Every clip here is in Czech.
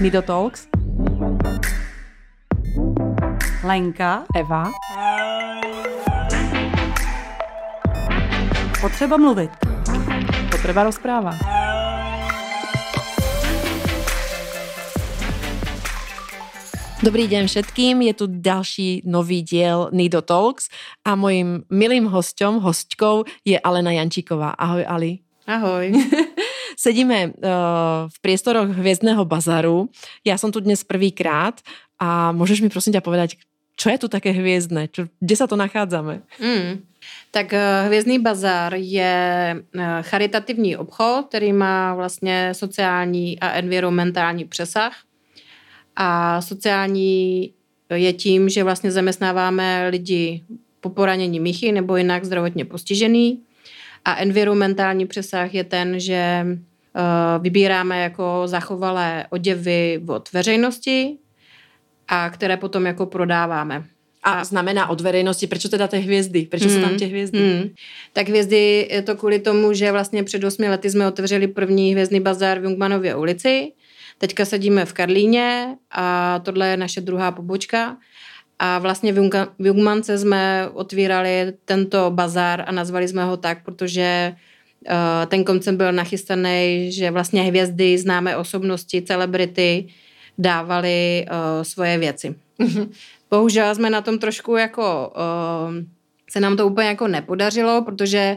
Nido Talks, Lenka, Eva. Potřeba mluvit. Potreba rozpráva. Dobrý deň všetkým, je tu ďalší nový diel Nido Talks a mojím milým hostkou je Alena Jančíková. Ahoj, Ali. Ahoj. Sedíme v priestoroch Hviezdného bazaru. Ja som tu dnes prvýkrát a môžeš mi prosím ťa povedať, čo je tu také hviezdne? Kde sa to nachádzame? Tak Hviezdný bazar je charitativní obchod, který má vlastně sociální a environmentální přesah. A sociální je tím, že vlastně zaměstnáváme lidi po poranění mychy nebo jinak zdravotně postižený. A environmentální přesah je ten, že vybíráme jako zachovalé oděvy od veřejnosti a které potom jako prodáváme. A znamená od verejnosti, prečo teda tie hviezdy? Prečo sú tam tie hviezdy? Tak hvězdy je to kvůli tomu, že vlastně před 8 lety jsme otevřeli první Hviezdný bazar v Jungmannově ulici. Teďka sedíme v Karlíně a tohle je naše druhá pobočka. A vlastně v Jungmance jsme otvírali tento bazar a nazvali jsme ho tak, protože ten koncept byl nachystaný, že vlastně hvězdy, známé osobnosti, celebrity dávali svoje věci. Bohužel jsme na tom trošku jako, se nám to úplně jako nepodařilo, protože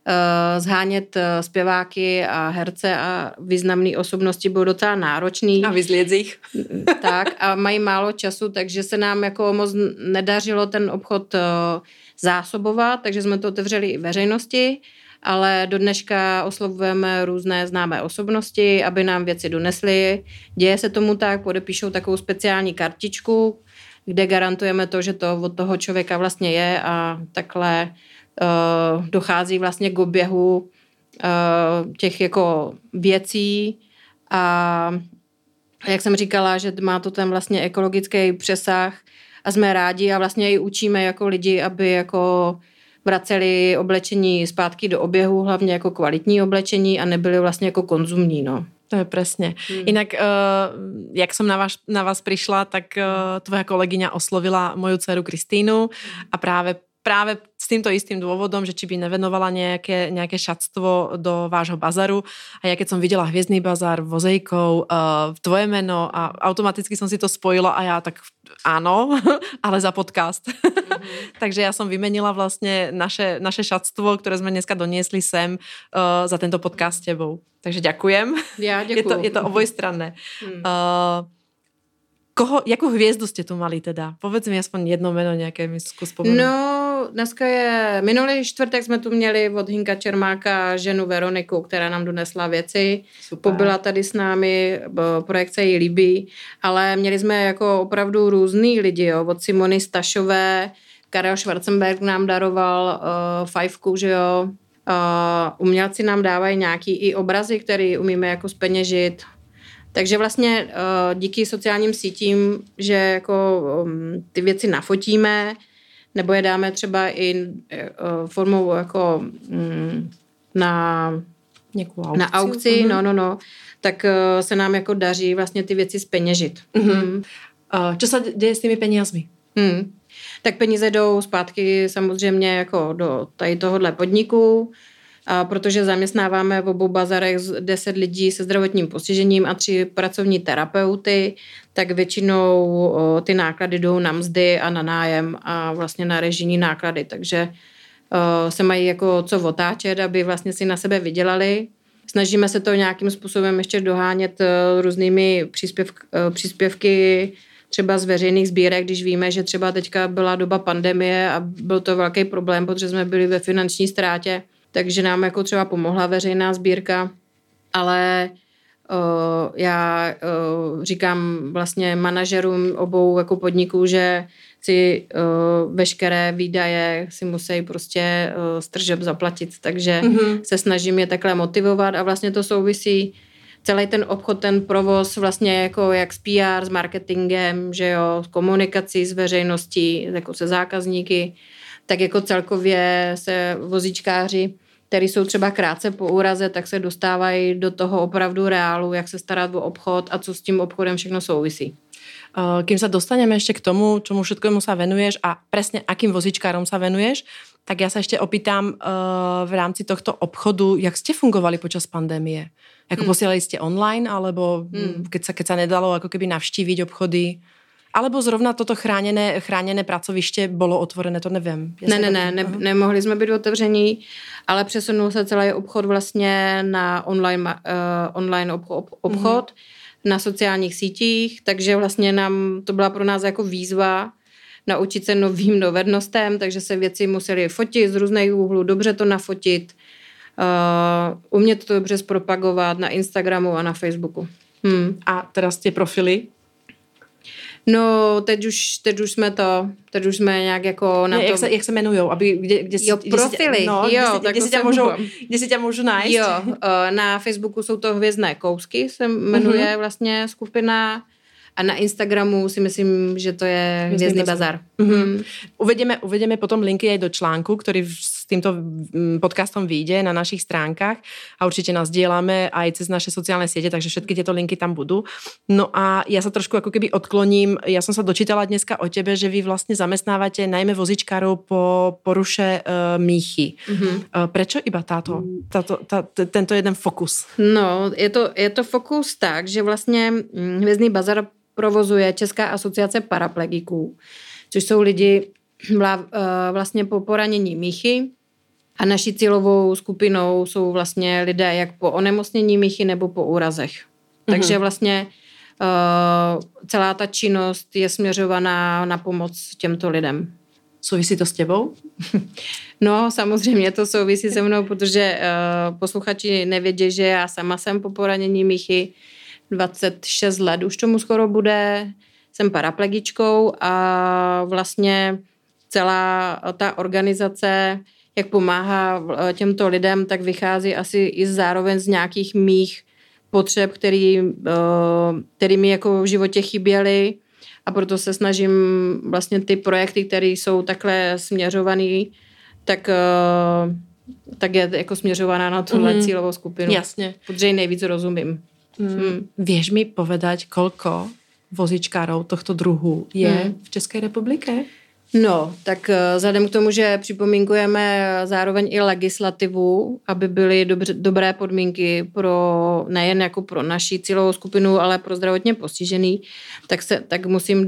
zhánět zpěváky a herce a významné osobnosti bylo docela náročný. A vyzliec ich. Tak a mají málo času, takže se nám jako moc nedařilo ten obchod zásobovat, takže jsme to otevřeli i veřejnosti, ale do dneška oslovujeme různé známé osobnosti, aby nám věci donesly. Děje se tomu tak, podepíšou takovou speciální kartičku, kde garantujeme to, že to od toho člověka vlastně je a takhle dochází vlastně k oběhu těch jako věcí a jak jsem říkala, že má to ten vlastně ekologický přesah a jsme rádi a vlastně i učíme jako lidi, aby jako vraceli oblečení zpátky do oběhu, hlavně jako kvalitní oblečení a nebyly vlastně jako konzumní, no. To je presne. Inak, jak som na vás prišla, tak tvoja kolegyňa oslovila moju dceru Kristínu a práve s týmto istým dôvodom, že či by nevenovala nejaké šatstvo do vášho bazaru. A ja keď som videla Hviezdny bazar, vozejkov, tvoje meno a automaticky som si to spojila a ja tak áno, ale za podcast. Takže ja som vymenila vlastne naše šatstvo, ktoré sme dneska doniesli sem za tento podcast s tebou. Takže ďakujem. Ja ďakujem. Je to obojstranné. Jakou hviezdu ste tu mali teda? Povedz mi aspoň jedno meno nějaké mi zkus pomenout. No, dneska je minulý čtvrtek jsme tu měli od Hinka Čermáka ženu Veroniku, která nám donesla věci. Super. Pobyla tady s námi, projekt se jí líbí, ale měli jsme jako opravdu různý lidi, jo, od Simony Stašové, Karel Schwarzenberg nám daroval fajfku, že jo. Umělci nám dávají nějaký i obrazy, které umíme jako zpeněžit. Takže vlastně díky sociálním sítím, že jako ty věci nafotíme, nebo je dáme třeba i formou jako na aukci, no, tak se nám jako daří vlastně ty věci zpeněžit. Čo sa děje s tými peniazmi? Tak peníze jdou zpátky samozřejmě jako do tady tohohle podniku, a protože zaměstnáváme v obou bazarech 10 lidí se zdravotním postižením a 3 pracovní terapeuty, tak většinou ty náklady jdou na mzdy a na nájem a vlastně na režijní náklady, takže se mají jako co otáčet, aby vlastně si na sebe vydělali. Snažíme se to nějakým způsobem ještě dohánět různými příspěvky třeba z veřejných sbírek, když víme, že třeba teďka byla doba pandemie a byl to velký problém, protože jsme byli ve finanční ztrátě, takže nám jako třeba pomohla veřejná sbírka, ale já říkám vlastně manažerům obou jako podniků, že si veškeré výdaje si musí prostě z tržeb zaplatit, takže se snažím je takhle motivovat a vlastně to souvisí celý ten obchod, ten provoz vlastně jako jak s PR, s marketingem, že jo, s komunikací s veřejností, jako se zákazníky, tak jako celkově se vozíčkáři který jsou třeba krátce po úraze, tak se dostávají do toho opravdu reálu, jak se starat o obchod a co s tím obchodem všechno souvisí. Kým sa dostaneme ešte k tomu, čomu všetkému sa venuješ a presne akým vozičkárom sa venuješ, tak ja sa ešte opýtam v rámci tohto obchodu, jak ste fungovali počas pandémie? Ako posielali ste online, alebo keď sa nedalo ako keby navštíviť obchody? Alebo zrovna toto chráněné pracoviště bylo otvorené, to nevím. Nemohli jsme být otevření, ale přesunul se celý obchod vlastně na online obchod, na sociálních sítích, takže vlastně to byla pro nás jako výzva naučit se novým dovednostem, takže se věci museli fotit z různých úhlů, dobře to nafotit, umět to dobře zpropagovat na Instagramu a na Facebooku. A teraz ty profily? No, teď už jsme nějak jako na to... Jak se jmenujou? Profily. Kde si tě můžu najít? Jo, na Facebooku jsou to Hvězdné kousky, se jmenuje vlastně skupina, a na Instagramu si myslím, že to je Hvězdný bazar. Uvedeme potom linky aj do článku, ktorý s týmto podcastom vyjde na našich stránkach a určite nás dielame aj cez naše sociálne siete, takže všetky tieto linky tam budú. No a ja sa trošku ako keby odkloním. Ja som sa dočítala dneska o tebe, že vy vlastne zamestnávate najmä vozičkárov po poruše míchy. Prečo iba tento jeden fokus? No, je to fokus tak, že vlastně Hvězdný bazar provozuje Česká asociace paraplegiků, což jsou lidi vlastně po poranění míchy a naší cílovou skupinou jsou vlastně lidé jak po onemocnění míchy nebo po úrazech. Takže vlastně celá ta činnost je směřovaná na pomoc těmto lidem. Souvisí to s tebou? No, samozřejmě to souvisí se mnou, protože posluchači nevědí, že já sama jsem po poranění míchy 26 let, už tomu skoro bude, jsem paraplegičkou a vlastně celá ta organizace, jak pomáhá těmto lidem, tak vychází asi i zároveň z nějakých mých potřeb, který mi jako v životě chyběly a proto se snažím vlastně ty projekty, které jsou takhle směřované, tak je jako směřovaná na tuhle cílovou skupinu. Jasně. Protože ji nejvíc rozumím. Vieš mi povedať, koľko vozičkárov tohto druhu je v České republike? No, tak vzhledem k tomu, že připomínkujeme zároveň i legislativu, aby byly dobré podmínky nejen jako pro naši cílovou skupinu, ale pro zdravotně postižený, tak musím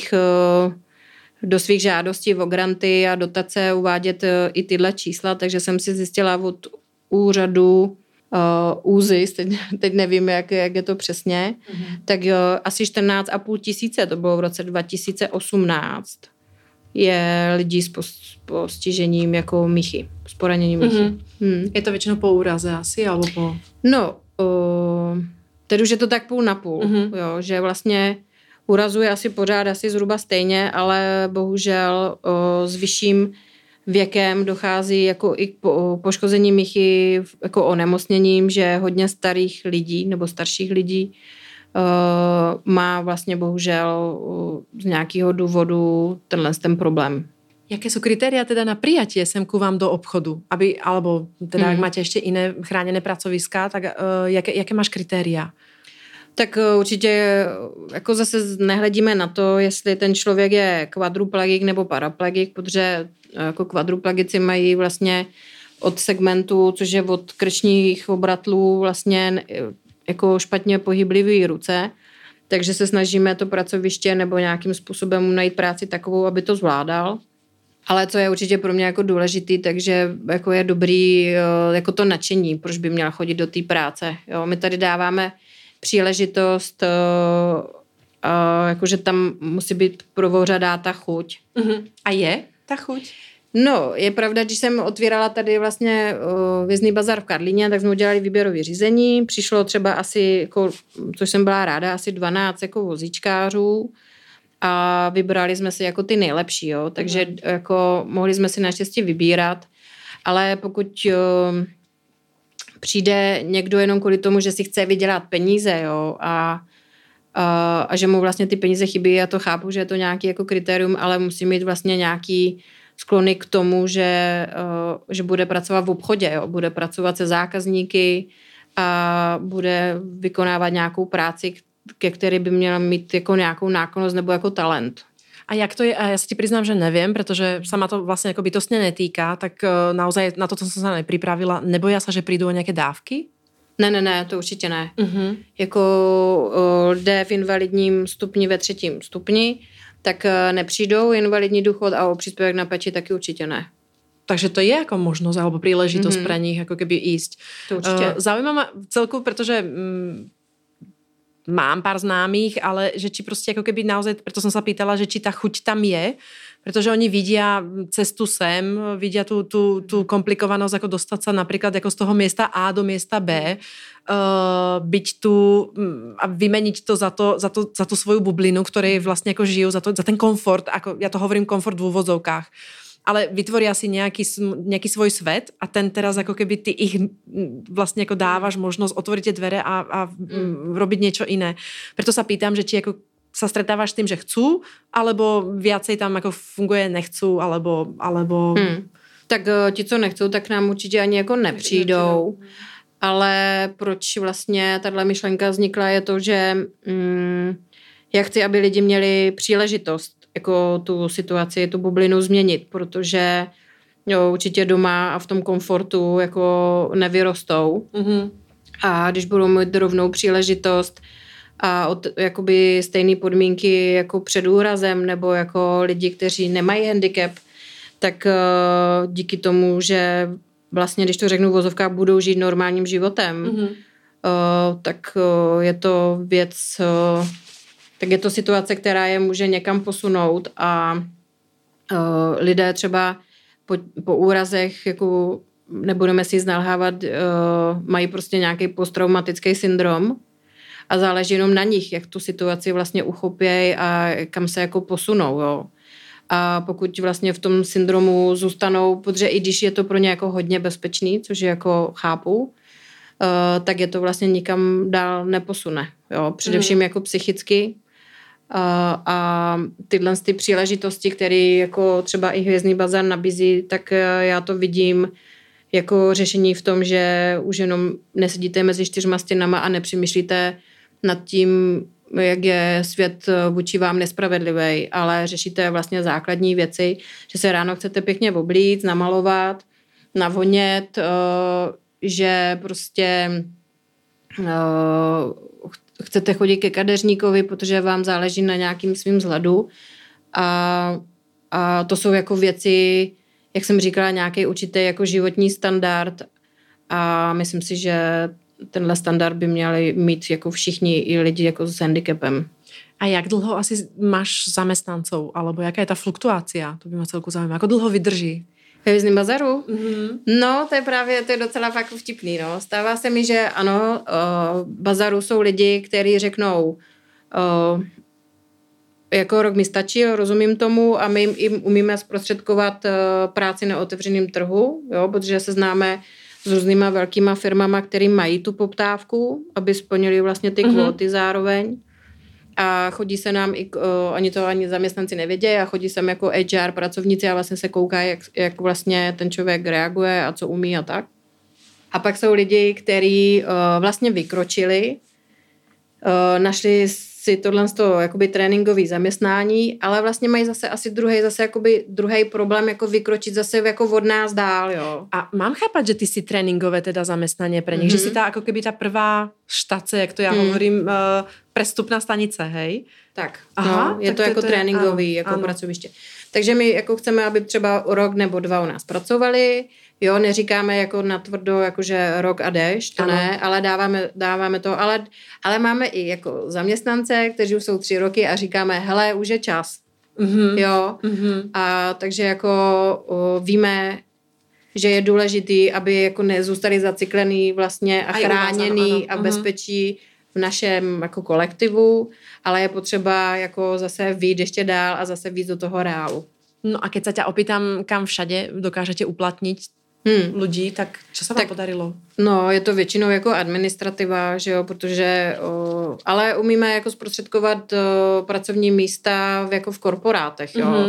do svých žádostí o granty a dotace uvádět i tyhle čísla, takže jsem si zjistila od úřadu ÚZIS, teď nevím, jak je to přesně, tak asi 14 500, to bylo v roce 2018, je lidí s postižením jako míchy, s poraněním míchy. Je to většinou po úraze asi, alebo po... No, teď už je to tak půl na půl, jo, že vlastně urazuje asi pořád asi zhruba stejně, ale bohužel s vyšším věkem dochází jako i k poškození míchy jako onemocněním, že hodně starých lidí nebo starších lidí má vlastně bohužel z nějakého důvodu ten problém. Jaké jsou kritéria teda na prijatie sem ku vám do obchodu? Alebo teda, ak máte ještě jiné chráněné pracoviská, tak jaké máš kritéria? Tak určitě jako zase nehledíme na to, jestli ten člověk je kvadruplegik nebo paraplegik, protože jako kvadruplegici mají vlastně od segmentu, což je od krčních obratlů vlastně jako špatně pohyblivý ruce, takže se snažíme to pracoviště nebo nějakým způsobem najít práci takovou, aby to zvládal. Ale co je určitě pro mě jako důležitý, takže jako je dobrý jako to nadšení, proč by měl chodit do té práce. Jo, my tady dáváme příležitost, jakože tam musí být prvořadá ta chuť. A je ta chuť? No, je pravda, když jsem otvírala tady vlastně Hvězdný bazar v Karlíně, tak jsme udělali výběrové řízení. Přišlo třeba asi, jako, což jsem byla ráda, asi 12 jako vozíčkářů a vybrali jsme si jako ty nejlepší, jo. Takže jako mohli jsme si naštěstí vybírat, ale pokud přijde někdo jenom kvůli tomu, že si chce vydělat peníze, jo, a že mu vlastně ty peníze chybí, já to chápu, že je to nějaký jako kritérium, ale musí mít vlastně nějaký sklony k tomu, že bude pracovat v obchodě, jo? Bude pracovat se zákazníky a bude vykonávat nějakou práci, ke které by měla mít jako nějakou náklonnosť nebo jako talent. A jak to je, a ja sa ti priznám, že neviem, pretože sa ma to vlastne ako bytostne netýka, tak naozaj na toto som sa nepripravila. Neboja sa, že prídu o nejaké dávky? Ne, to určitě ne. Jako jde v invalidním stupni ve 3. stupni, tak nepřijdou invalidní důchod a o příspěvek na péči taky určitě ne. Takže to je ako možnosť alebo príležitosť pre nich ako keby ísť. To určite. Zaujíma ma celku, pretože mám pár známých, ale že či prostě ako keby naozaj, preto som sa pýtala, že či ta chuť tam je, pretože oni vidia cestu sem, vidia tú komplikovanosť, ako dostať sa napríklad ako z toho miesta A do miesta B, byť tu a vymeniť to za tú svoju bublinu, ktorej vlastne ako žijú, za ten komfort, ako ja to hovorím komfort v úvodzovkách, ale vytvoria si nejaký svoj svet a ten teraz ako keby ty ich vlastne ako dávaš možnosť otvoriť tie dvere a robiť niečo iné. Preto sa pýtam, že či ako sa stretávaš s tým, že chcú, alebo viacej tam ako funguje nechcú, alebo... Tak ti, co nechcou, tak nám určitě ani jako nepřijdou. Ale proč vlastně tahle myšlenka vznikla, je to, že já chci, aby lidi měli příležitost jako tu situaci, tu bublinu změnit, protože jo, určitě doma a v tom komfortu jako nevyrostou. A když budou mít rovnou příležitost a jakoby stejné podmínky jako před úrazem nebo jako lidi, kteří nemají handicap, tak díky tomu, že vlastně, když to řeknu v vozovkách, budou žít normálním životem, tak je to věc... tak je to situace, která je může někam posunout a lidé třeba po úrazech, jako nebudeme si znalhávat, mají prostě nějaký posttraumatický syndrom a záleží jenom na nich, jak tu situaci vlastně uchopějí a kam se jako posunou. Jo. A pokud vlastně v tom syndromu zůstanou, protože i když je to pro ně jako hodně bezpečný, což je jako chápu, tak je to vlastně nikam dál neposune. Jo. Především jako psychicky. A tyhle ty příležitosti, které jako třeba i Hvězdný bazar nabízí, tak já to vidím jako řešení v tom, že už jenom nesedíte mezi 4 stěnama a nepřemýšlíte nad tím, jak je svět vůči vám nespravedlivý, ale řešíte vlastně základní věci, že se ráno chcete pěkně oblíct, namalovat, navonět, že prostě chcete chodit ke kadeřníkovi, protože vám záleží na nějakým svým vzhledu a to jsou jako věci, jak jsem říkala, nějaký určitý jako životní standard a myslím si, že tenhle standard by měli mít jako všichni i lidi jako s handicapem. A jak dlho asi máš zamestnancov? Alebo jaká je ta fluktuácia? To by ma celku zaujíma. Ako dlho vydrží? Ve Hvězdném bazaru? No, to je docela fakt vtipný. No. Stává se mi, že ano, bazaru jsou lidi, kteří řeknou, jako rok mi stačí, rozumím tomu a my jim umíme zprostředkovat práci na otevřeném trhu, jo, protože se známe s různýma velkýma firmama, který mají tu poptávku, aby splnili vlastně ty kvóty zároveň. A chodí se nám, ani zaměstnanci nevědějí, a chodí sem jako HR pracovníci a vlastně se koukají, jak vlastně ten člověk reaguje a co umí a tak. A pak jsou lidi, kteří vlastně vykročili, našli si tohle jakoby tréninkový zaměstnání, ale vlastně mají zase asi druhý problém, jako vykročit zase jako od nás dál, jo. A mám chápat, že ty si tréninkové teda zaměstnání pre nich, že si ta, ako keby ta prvá štace, jak to já hovorím, prestupná stanice, hej? Tak, aha, no, je tak to jako tréninkový, jako pracoviště. Takže my jako chceme, aby třeba rok nebo 2 u nás pracovali, jo, neříkáme jako natvrdo, jakože rok a jdeš, to ne, ale dáváme to, ale máme i jako zaměstnance, kteří už jsou 3 roky a říkáme, hele, už je čas, jo, a takže jako víme, že je důležitý, aby jako nezůstali zacyklený vlastně a chráněný a bezpečí v našem jako kolektivu, ale je potřeba jako zase vyjít ještě dál a zase víc do toho reálu. No a keď sa ťa opýtam, kam všade dokážete uplatniť ľudí, tak čo sa vám podarilo? No, je to většinou jako administrativa, že jo, protože, ale umíme jako zprostředkovat pracovní místa jako v korporátech, jo.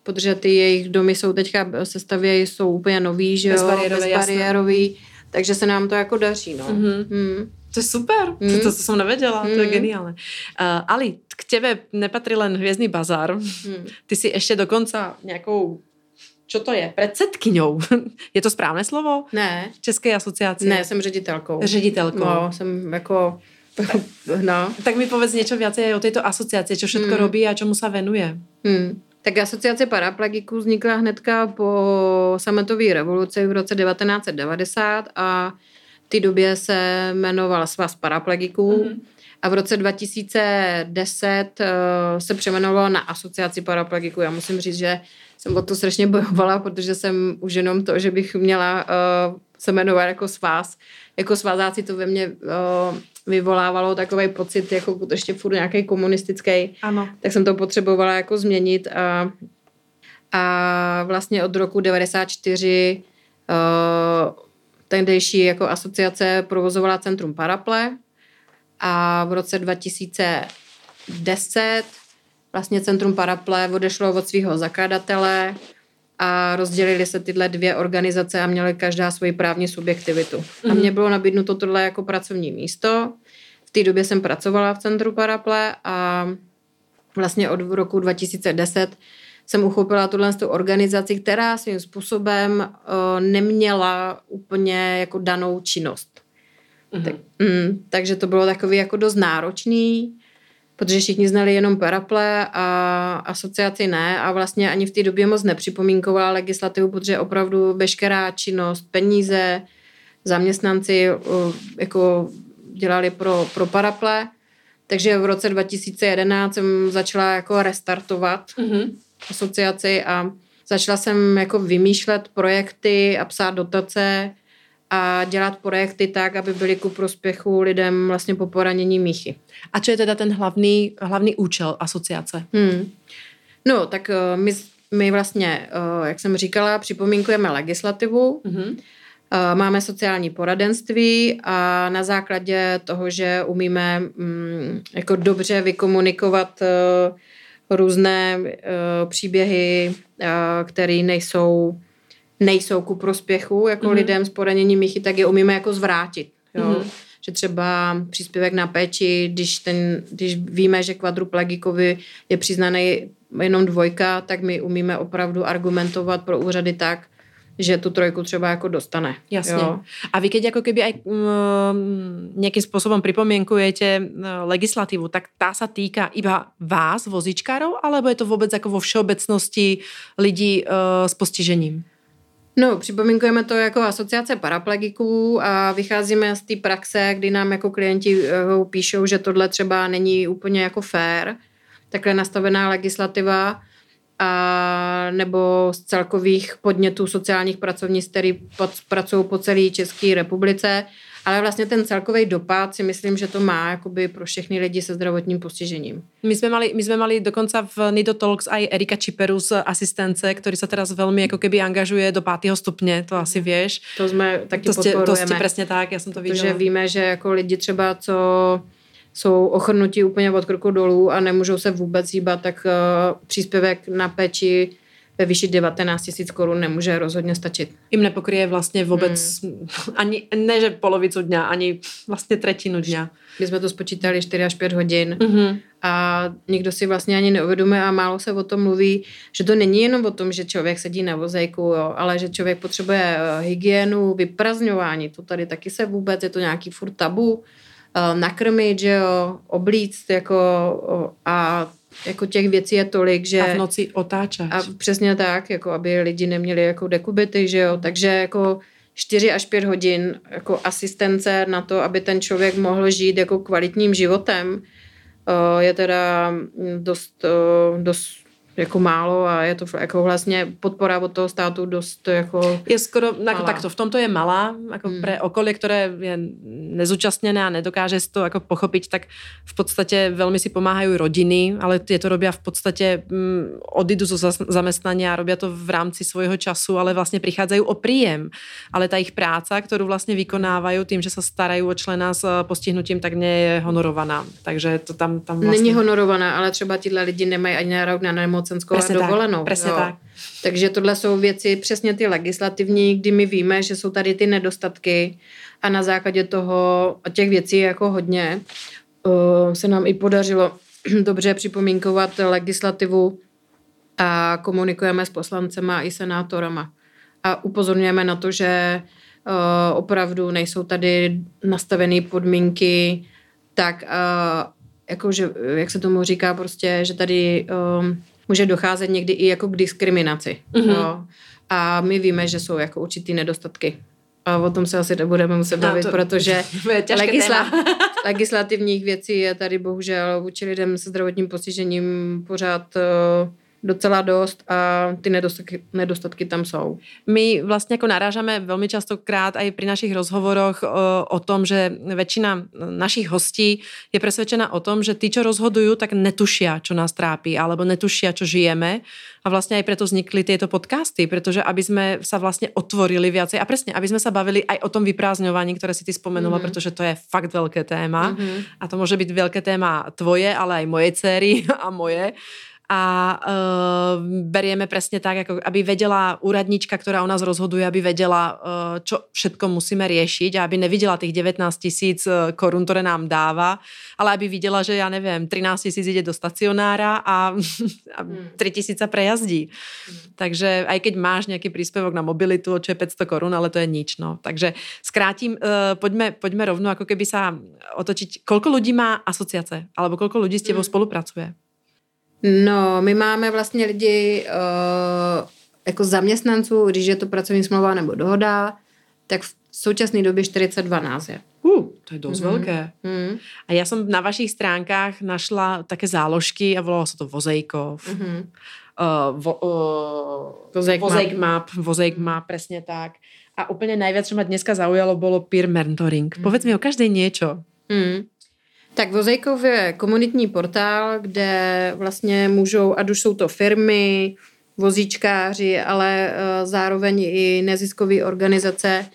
protože ty jejich domy jsou teďka sestavějí, jsou úplně nový, že jo, bezbariérový, takže se nám to jako daří, no. To je super, to som nevedela, to je geniálne. Ali, k tebe nepatrí len Hviezdny bazár, ty si ešte dokonca nejakou, čo to je, predsedkyňou. Je to správne slovo? Ne. Českej asociácie? Ne, jsem ředitelkou. Ředitelkou. No, jsem jako... No. Tak mi povedz niečo viacej o tejto asociácii, čo všetko robí a čomu sa venuje. Tak asociace paraplegiků vznikla hnedka po sametové revoluci v roce 1990 a v té době se jmenoval Svaz paraplegiků a v roce 2010 se přeměnovala na asociaci paraplegiků. Já musím říct, že jsem o to strašně bojovala, protože jsem už jenom to, že bych měla se jmenovat jako svaz. Jako svazáci to ve mně vyvolávalo takový pocit, jako ještě furt nějaký komunistický. Ano. Tak jsem to potřebovala jako změnit a vlastně od roku 1994 tehdejší jako asociace provozovala Centrum Paraple a v roce 2010 vlastně Centrum Paraple odešlo od svého zakladatele a rozdělili se tyhle dvě organizace a měly každá svoji právní subjektivitu. A mně bylo nabídnuto tohle jako pracovní místo. V té době jsem pracovala v Centru Paraple a vlastně od roku 2010 jsem uchopila tuhle organizaci, která svým způsobem neměla úplně jako danou činnost. Takže to bylo takový jako dost náročný, protože všichni znali jenom Paraple a asociaci ne a vlastně ani v té době moc nepřipomínkovala legislativu, protože opravdu veškerá činnost, peníze, zaměstnanci jako dělali pro Paraple. Takže v roce 2011 jsem začala jako restartovat asociaci a začala jsem jako vymýšlet projekty a psát dotace a dělat projekty tak, aby byly ku prospěchu lidem vlastně po poranění míchy. A čo je teda ten hlavný účel asociace? No, tak my vlastně, jak jsem říkala, připomínkujeme legislativu, máme sociální poradenství a na základě toho, že umíme jako dobře vykomunikovat různé příběhy, které nejsou ku prospěchu jako lidem s poraněním míchy, tak je umíme jako zvrátit. Jo? Že třeba příspěvek na péči, když víme, že kvadruplegikovi je přiznaný jenom 2, tak my umíme opravdu argumentovat pro úřady tak, že tu 3 třeba jako dostane. Jasne. Jo. A vy keď ako keby aj nejakým spôsobom pripomienkujete legislatívu, tak tá sa týka iba vás, vozičkárov, alebo je to vôbec ako vo všeobecnosti lidí s postižením? No, připomínkujeme to jako asociace paraplegiků a vycházíme z té praxe, kdy nám jako klienti píšou, že tohle třeba není úplně jako fair, takhle nastavená legislativa, a nebo z celkových podnětů sociálních pracovnic, který pracují po celé České republice, ale vlastně ten celkový dopad si myslím, že to má jakoby pro všechny lidi se zdravotním postižením. My sme mali dokonca v Nido Talks aj Erika Čiperu z asistence, ktorý sa teraz veľmi ako keby angažuje do 5. stupně, to asi vieš. To jsme taky podporujeme. To ste presne tak, ja som to viděla. Protože víme, že jako lidi třeba, co jsou ochrnutí úplně od krku dolů a nemůžou se vůbec hýbat, tak příspěvek na péči ve výši 19 000 korun nemůže rozhodně stačit. Im nepokryje vlastně vůbec ani, ne že polovicu dňa, ani vlastně 1/3 dňa. My jsme to spočítali 4 až 5 hodin a nikdo si vlastně ani neuvědomuje a málo se o tom mluví, že to není jenom o tom, že člověk sedí na vozejku, jo, ale že člověk potřebuje hygienu, vyprazňování, to tady taky se vůbec, je to nějaký furt tabu, nakrmit, že jo, oblíct, jako a jako těch věcí je tolik, že... A v noci otáčať. A přesně tak, jako aby lidi neměli jako dekubity, že jo, takže jako 4 až 5 hodin jako asistence na to, aby ten člověk mohl žít jako kvalitním životem, je teda dost jako málo a je to jako vlastně podpora od toho státu dost jako je skoro, jako takto, v tomto je malá, jako pre okolie, ktoré je nezúčastnené a nedokáže si to jako pochopiť, tak v podstate veľmi si pomáhajú rodiny, ale tie to robia v podstate odídu zo zamestnania a robia to v rámci svojho času, ale vlastne prichádzajú o príjem. Ale tá ich práca, ktorú vlastne vykonávajú tým, že sa starajú o člena s postihnutím, tak nie je honorovaná. Takže to tam vlastně... Není honorovaná, ale třeba tíhle lidi nemají ani nárok na nemoc nemocenskou a dovolenou. Presne tak. Takže tohle jsou věci přesně ty legislativní, kdy my víme, že jsou tady ty nedostatky a na základě toho a těch věcí jako hodně se nám i podařilo dobře připomínkovat legislativu a komunikujeme s poslancema i senátorama. A upozorňujeme na to, že opravdu nejsou tady nastavené podmínky tak, jakože, jak se tomu říká prostě, že tady může docházet někdy i jako k diskriminaci. Jo. A my víme, že jsou jako určitý nedostatky. A o tom se asi nebudeme muset bavit, protože legislativních věcí je tady bohužel vůči lidem se zdravotním postižením pořád docela dost a ty nedostatky tam jsou. My vlastně jako narážame velmi častokrát aj pri našich rozhovoroch o tom, že väčšina našich hostí je presvedčená o tom, že tí, čo rozhodujú, tak netušia, čo nás trápi, alebo netušia, čo žijeme. A vlastne aj preto vznikli tieto podcasty, pretože aby sme sa vlastne otvorili viacej a presne, aby sme sa bavili aj o tom vyprázdňovaní, ktoré si ty spomenula, pretože to je fakt veľké téma. A to môže byť veľké téma tvoje, ale aj mojej dcery a moje. A berieme presne tak, ako aby vedela úradnička, ktorá o nás rozhoduje, aby vedela, čo všetko musíme riešiť a aby nevidela tých 19 000 korún, ktoré nám dáva, ale aby videla, že ja neviem, 13 000 ide do stacionára a 3 000 prejazdí. Takže aj keď máš nejaký príspevok na mobilitu, čo je 500 korún, ale to je nič. No. Takže skrátim, poďme rovno, ako keby sa otočiť. Koľko ľudí má asociace? Alebo koľko ľudí s tebou spolupracuje? No, my máme vlastně lidi jako zaměstnanců, když je to pracovní smlouva nebo dohoda, tak v současné době 42 nás je. To je dosť veľké. A ja som na vašich stránkách našla také záložky a volalo sa to Vozejkov. Vozejk map, presne tak. A úplne najviac, čo ma dneska zaujalo, bolo peer mentoring. Povedz mi o každej niečo. Tak Vozejkov je komunitní portál, kde vlastně můžou, ať už jsou to firmy, vozíčkáři, ale zároveň i neziskové organizace,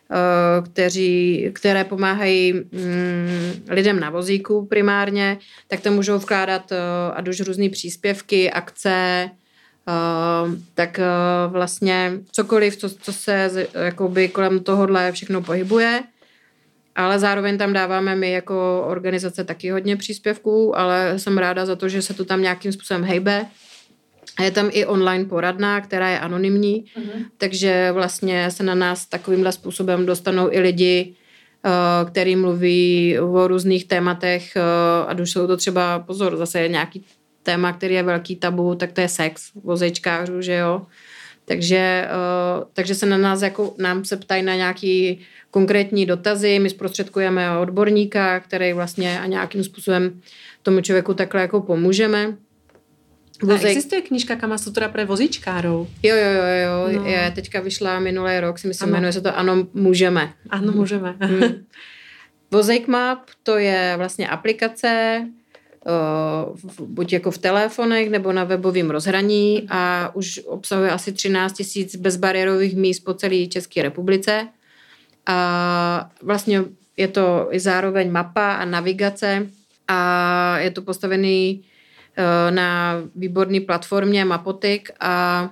které pomáhají lidem na vozíku primárně, tak tam můžou vkládat ať už různý příspěvky, akce, tak vlastně cokoliv, co se jakoby kolem tohohle všechno pohybuje. Ale zároveň tam dáváme my jako organizace taky hodně příspěvků, ale jsem ráda za to, že se to tam nějakým způsobem hejbe. A je tam i online poradna, která je anonymní, takže vlastně se na nás takovýmhle způsobem dostanou i lidi, kteří mluví o různých tématech, a už jsou to třeba, pozor, zase nějaký téma, který je velký tabu, tak to je sex vozečkářů, že jo. Takže se na nás, jako nám se ptají na nějaký konkrétní dotazy, my zprostředkujeme odborníka, který vlastně a nějakým způsobem tomu člověku takhle jako pomůžeme. A existuje knižka Kama Sutra pre vozíčkárov? Jo. No. Je teďka vyšla minulý rok, si myslím, jmenuje se to Ano, můžeme. Ano, můžeme. Vozejk Map, to je vlastně aplikace, buď jako v telefonech nebo na webovém rozhraní a už obsahuje asi 13 000 bezbariérových míst po celé České republice. A vlastně je to i zároveň mapa a navigace a je to postavený na výborné platformě Mapotik a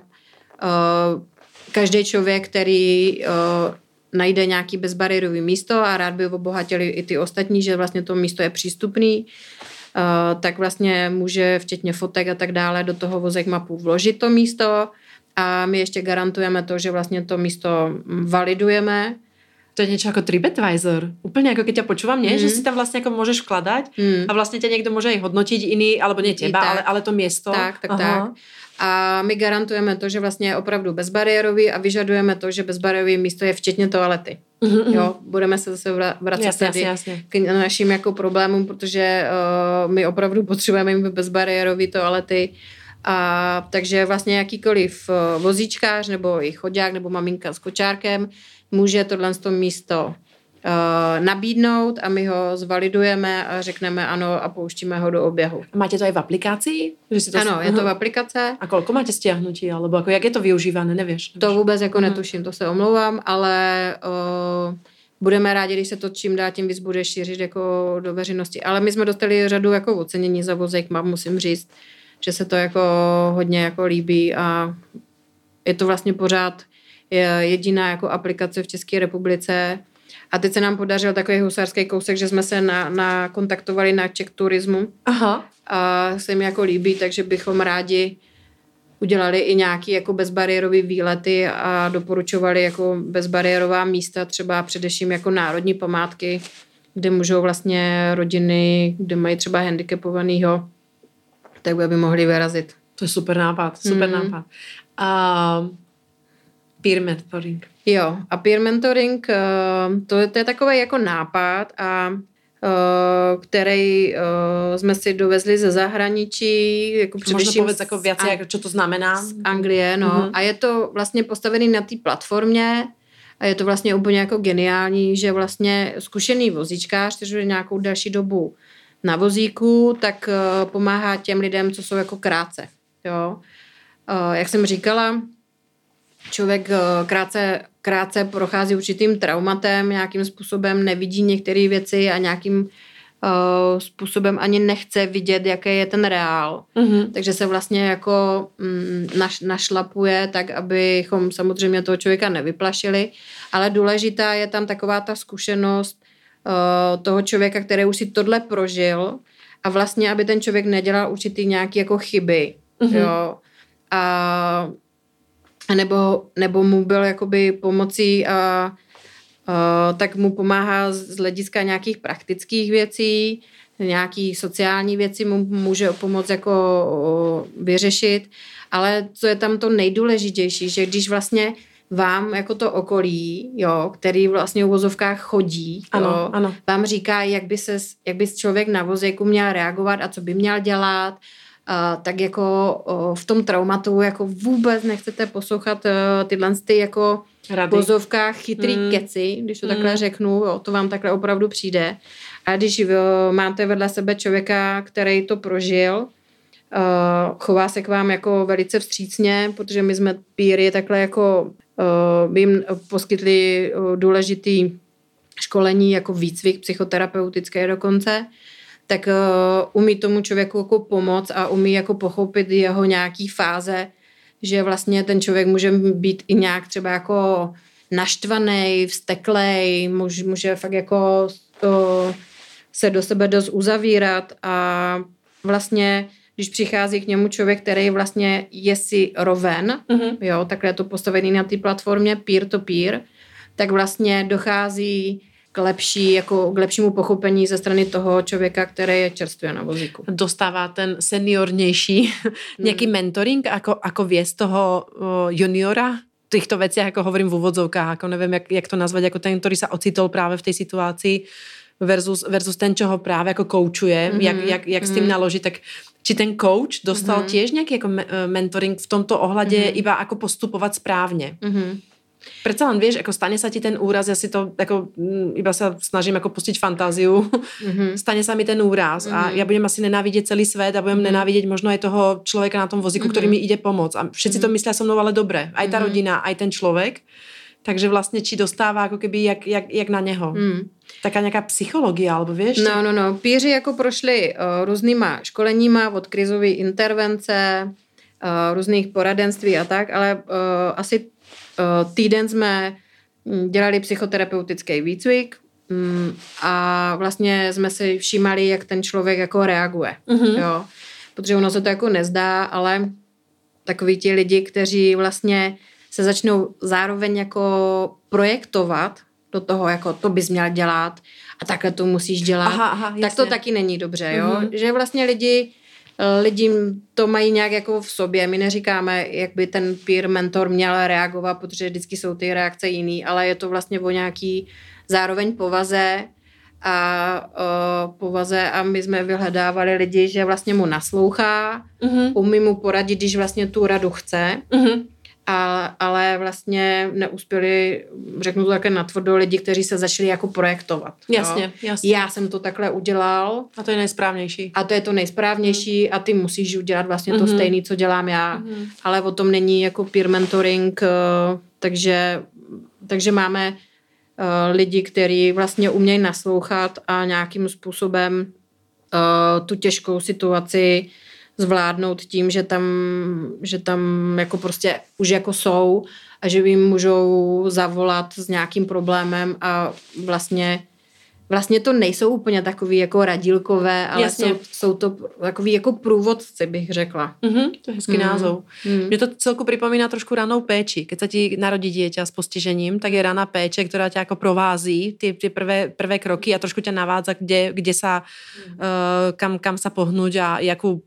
každý člověk, který najde nějaký bezbariérový místo a rád by obohatili i ty ostatní, že vlastně to místo je přístupný, tak vlastně může včetně fotek a tak dále do toho Vozejk Mapu vložit to místo a my ještě garantujeme to, že vlastně to místo validujeme. To je niečo ako TripAdvisor. Úplne ako keď ťa počúvam, nie? Že si tam vlastne ako môžeš vkladať a vlastne ťa niekto môže aj hodnotiť iný, alebo nie teba, ale to miesto. Tak. A my garantujeme to, že vlastně je opravdu bezbariérový a vyžadujeme to, že bezbariérové místo je včetně toalety. Jo, budeme se zase vracet jasně. K našim jako problémům, protože my opravdu potřebujeme mít bezbariérové toalety. A takže vlastně jakýkoliv vozíčkář nebo i chodák nebo maminka s kočárkem může tohle místo nabídnout a my ho zvalidujeme a řekneme ano a pouštíme ho do oběhu. Máte to aj v aplikácii? Že si to ano, je to v aplikace. A koľko máte stiahnutí? Alebo ako, jak je to využívané? Nevieš? To vůbec jako netuším, to se omlouvám, ale budeme rádi, když se to čím dál tím víc bude šířit jako do veřejnosti. Ale my jsme dostali řadu jako ocenění za Vozejk Map, musím říct. že se to jako hodně jako líbí a je to vlastně pořád jediná jako aplikace v České republice. A teď se nám podařil takový husarský kousek, že jsme se nakontaktovali na Czech Turismu. Aha. A se mi jako líbí, takže bychom rádi udělali i nějaký jako bezbariérový výlety a doporučovali jako bezbariérová místa, třeba především jako národní památky, kde můžou vlastně rodiny, kde mají třeba handicapovanýho, tak by mohli vyrazit. To je super nápad, nápad. Peer mentoring. Jo, a peer mentoring, to je takový jako nápad, který jsme si dovezli ze zahraničí. Jako možno povedz jako viac, čo to znamená? Z Anglie, no. A je to vlastně postavený na té platformě a je to vlastně úplně jako geniální, že vlastně zkušený vozíčkář, který je nějakou další dobu na vozíku, tak pomáhá těm lidem, co jsou jako krátce. Jo. Jak jsem říkala, člověk krátce prochází určitým traumatem, nějakým způsobem nevidí některé věci a nějakým způsobem ani nechce vidět, jaký je ten reál. Takže se vlastně jako našlapuje tak, abychom samozřejmě toho člověka nevyplašili, ale důležitá je tam taková ta zkušenost toho člověka, který už si tohle prožil a vlastně, aby ten člověk nedělal určitý nějaký jako chyby. Jo. Nebo mu byl jakoby pomocí tak mu pomáhá z hlediska nějakých praktických věcí, nějaký sociální věci mu může pomoct jako vyřešit, ale co je tam to nejdůležitější, že když vlastně vám jako to okolí, jo, který vlastně v vozovkách chodí, ano, ano. vám říká, jak by člověk na vozejku měl reagovat a co by měl dělat, tak jako v tom traumatu jako vůbec nechcete poslouchat tyhle jako v vozovkách chytrý keci, když to takhle řeknu, jo, to vám takhle opravdu přijde. A když máte vedle sebe člověka, který to prožil, chová se k vám jako velice vstřícně, protože my jsme peery takhle jako by jim poskytli důležitý školení jako výcvik psychoterapeutické dokonce, tak umí tomu člověku jako pomoct a umí jako pochopit jeho nějaký fáze, že vlastně ten člověk může být i nějak třeba jako naštvaný, vzteklej, může fakt jako se do sebe dost uzavírat a vlastně, když přichází k němu člověk, který vlastně je si roven, jo, takhle je to postavený na té platformě peer-to-peer, tak vlastně dochází k lepšímu pochopení ze strany toho člověka, který je čerstvě na vozíku. Dostává ten seniornější nějaký mentoring, ako vie z toho juniora v týchto veciach, ako hovorím v úvodzovkách, ako neviem, jak to nazvať, ako ten, ktorý sa ocitol práve v tej situácii versus ten, čo ho práve ako koučuje, jak s tým naloží, tak či ten coach dostal tiež nejaký ako mentoring v tomto ohľade iba ako postupovať správne? Predsa len vieš, ako stane sa ti ten úraz, ja si to ako, iba sa snažím ako pustiť fantáziu, stane sa mi ten úraz a ja budem asi nenávidieť celý svet a budem nenávidieť možno aj toho človeka na tom vozíku, ktorý mi ide pomôcť a všetci to myslia so mnou ale dobre, aj tá rodina, aj ten človek, takže vlastne či dostáva ako keby jak na neho. Taká nějaká psychologie, alebo vieš? No. Píři jako prošli různýma školeníma od krizové intervence, různých poradenství a tak, ale asi týden jsme dělali psychoterapeutický výcvik a vlastně jsme si všímali, jak ten člověk jako reaguje. Jo? Protože ono se to jako nezdá, ale takoví ti lidi, kteří vlastně se začnou zároveň jako projektovat do toho, jako to bys měl dělat a takhle to musíš dělat, tak to taky není dobře, jo? Že vlastně lidi to mají nějak jako v sobě. My neříkáme, jak by ten peer mentor měl reagovat, protože vždycky jsou ty reakce jiný, ale je to vlastně o nějaký zároveň povaze a my jsme vyhledávali lidi, že vlastně mu naslouchá, umí mu poradit, když vlastně tu radu chce, ale vlastně neuspěli, řeknu to také natvrdo, lidi, kteří se začali jako projektovat. Jasně. Já jsem to takhle udělal. A to je nejsprávnější. A to je to nejsprávnější a ty musíš udělat vlastně to stejné, co dělám já. Ale o tom není jako peer mentoring, takže máme lidi, kteří vlastně umějí naslouchat a nějakým způsobem tu těžkou situaci zvládnout tím, že tam jako prostě už jako jsou a že jim můžou zavolat s nějakým problémem a vlastně to nejsou úplně takový jako radílkové, ale jsou to takový jako průvodci, bych řekla. To je hezký názov. Mne to celku pripomína trošku ranou péči. Keď sa ti narodí dieťa s postižením, tak je raná péče, ktorá ťa ako provází tie prvé kroky a trošku ťa navádza, kde sa, kam sa pohnúť a jakú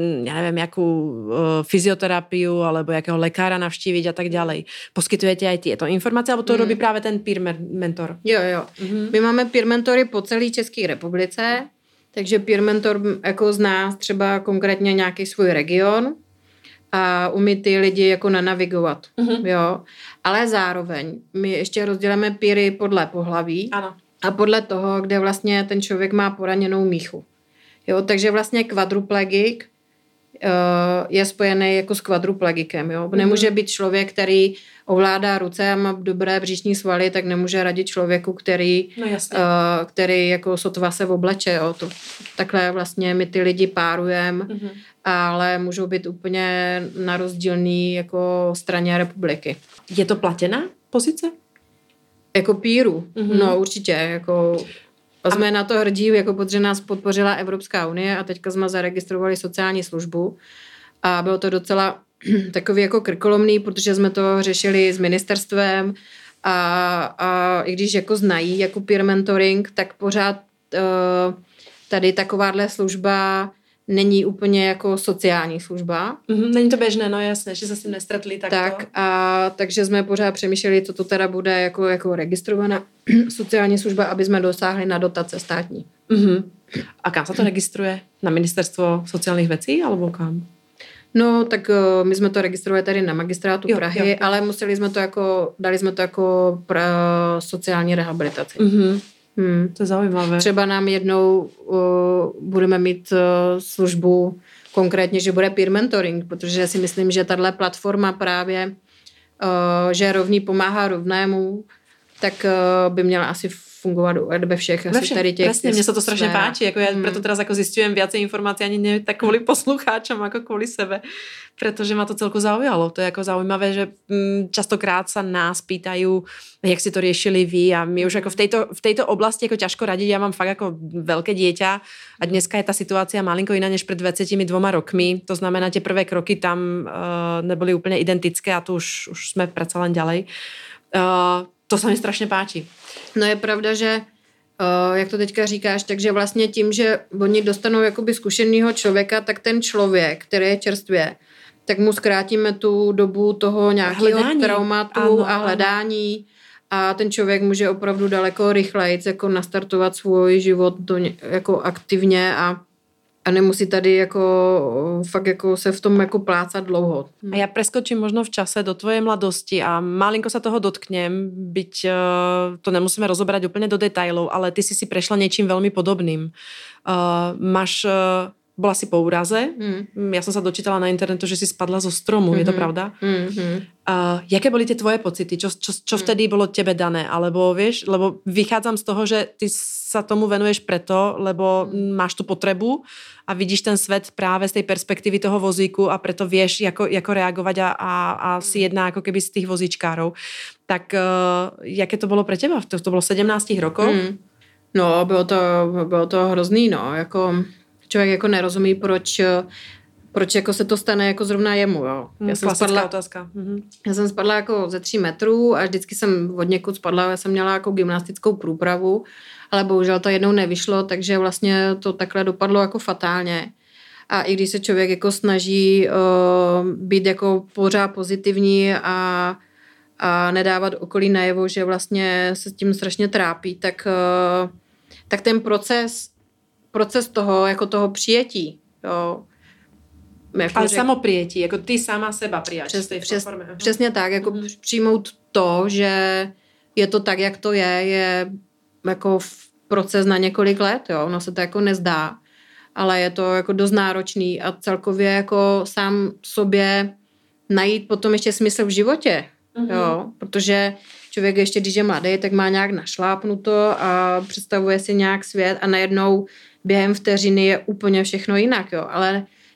fyzioterapiu alebo jakého lekára navštíviť a tak ďalej. Poskytujete aj tieto informácie, alebo to robí práve ten peer mentor? Jo. My máme peer mentory po celé České republice, takže peer mentor jako zná třeba konkrétně nějaký svůj region a umí ty lidi jako nanavigovat. Jo. Ale zároveň my ještě rozděláme peery podle pohlaví. Ano. A podle toho, kde vlastně ten člověk má poraněnou míchu. Jo, takže vlastně kvadruplegik je spojený jako s kvadruplegikem. Jo? Nemůže být člověk, který ovládá ruce a má dobré břišní svaly, tak nemůže radit člověku, který jako sotva se obleče. Jo? Takhle vlastně my ty lidi párujeme, ale můžou být úplně na rozdílný jako straně republiky. Je to platená pozice? Jako píru? No určitě. Jako... A jsme na to hrdí, jako protože nás podpořila Evropská unie a teďka jsme zaregistrovali sociální službu a bylo to docela takový jako krkolomný, protože jsme to řešili s ministerstvem a i když jako znají jako peer mentoring, tak pořád tady takováhle služba není úplně jako sociální služba. Není to běžné, no jasně, že se s tím nestretli takto. Takže jsme pořád přemýšleli, co to teda bude jako registrovaná sociální služba, aby jsme dosáhli na dotace státní. A kam se to registruje? Na ministerstvo sociálních věcí alebo kam? No, tak my jsme to registrovali tady na magistrátu Prahy, ale dali jsme to jako sociální rehabilitaci. To je zaujímavé. Třeba nám jednou budeme mít službu konkrétně, že bude peer mentoring, protože si myslím, že tahle platforma právě, že rovný pomáhá rovnému, tak by měla asi fungovat ve všech asi tady těch. Presne, mne sa to strašne páči, ako ja preto teraz ako zistujem viacej informácií ani nie tak kvôli poslucháčom, ako kvôli sebe, pretože ma to celku zaujalo. To je ako zaujímavé, že častokrát sa nás pýtajú, jak si to riešili vy a my už ako v tejto oblasti ako ťažko radiť, ja mám fakt ako veľké dieťa a dneska je tá situácia malinko iná než pred 22 rokmi, to znamená, tie prvé kroky tam neboli úplne identické a tu už sme predsa len ďalej. To se mi strašně páči. No je pravda, že jak to teďka říkáš, takže vlastně tím, že oni dostanou jakoby zkušenýho člověka, tak ten člověk, který je čerstvě, tak mu zkrátíme tu dobu toho nějakého traumatu a hledání a ten člověk může opravdu daleko rychleji jako nastartovat svůj život jako aktivně a nemusí tady jako fakt jako se v tom jako plácat dlouho. A ja preskočím možno v čase do tvojej mladosti a malinko sa toho dotknem, byť to nemusíme rozoberať úplne do detailov, ale ty si prešla niečím veľmi podobným. Bola si po úraze. Ja som sa dočítala na internetu, že si spadla zo stromu. Je to pravda? Jaké boli tie tvoje pocity? Čo vtedy bolo tebe dané? Alebo vieš, lebo vychádzam z toho, že ty sa tomu venuješ preto, lebo máš tú potrebu a vidíš ten svet práve z tej perspektívy toho vozíku a preto vieš, ako reagovať a si jedna ako keby z tých vozíčkárov. Tak jaké to bolo pre teba? To bolo 17 rokov? No, bylo to hrozný, no. Jako člověk jako nerozumí, proč jako se to stane jako zrovna jemu, jo. Klasická otázka. Já jsem spadla jako ze 3 metrů a vždycky jsem od někud spadla, já jsem měla jako gymnastickou průpravu, ale bohužel to jednou nevyšlo, takže vlastně to takhle dopadlo jako fatálně. A i když se člověk jako snaží být jako pořád pozitivní a nedávat okolí najevo, že vlastně se s tím strašně trápí, tak ten proces toho, jako toho přijetí, jo. Ale samoprijetí, jako ty sama seba přijať. Přesně tak, jako přijmout to, že je to tak, jak to je jako proces na několik let, jo. Ono se to jako nezdá, ale je to jako dost náročný a celkově jako sám sobě najít potom ještě smysl v životě, jo, protože člověk ještě, když je mladý, tak má nějak našlápnuto a představuje si nějak svět a najednou během vteřiny je úplně všechno jinak, jo, ale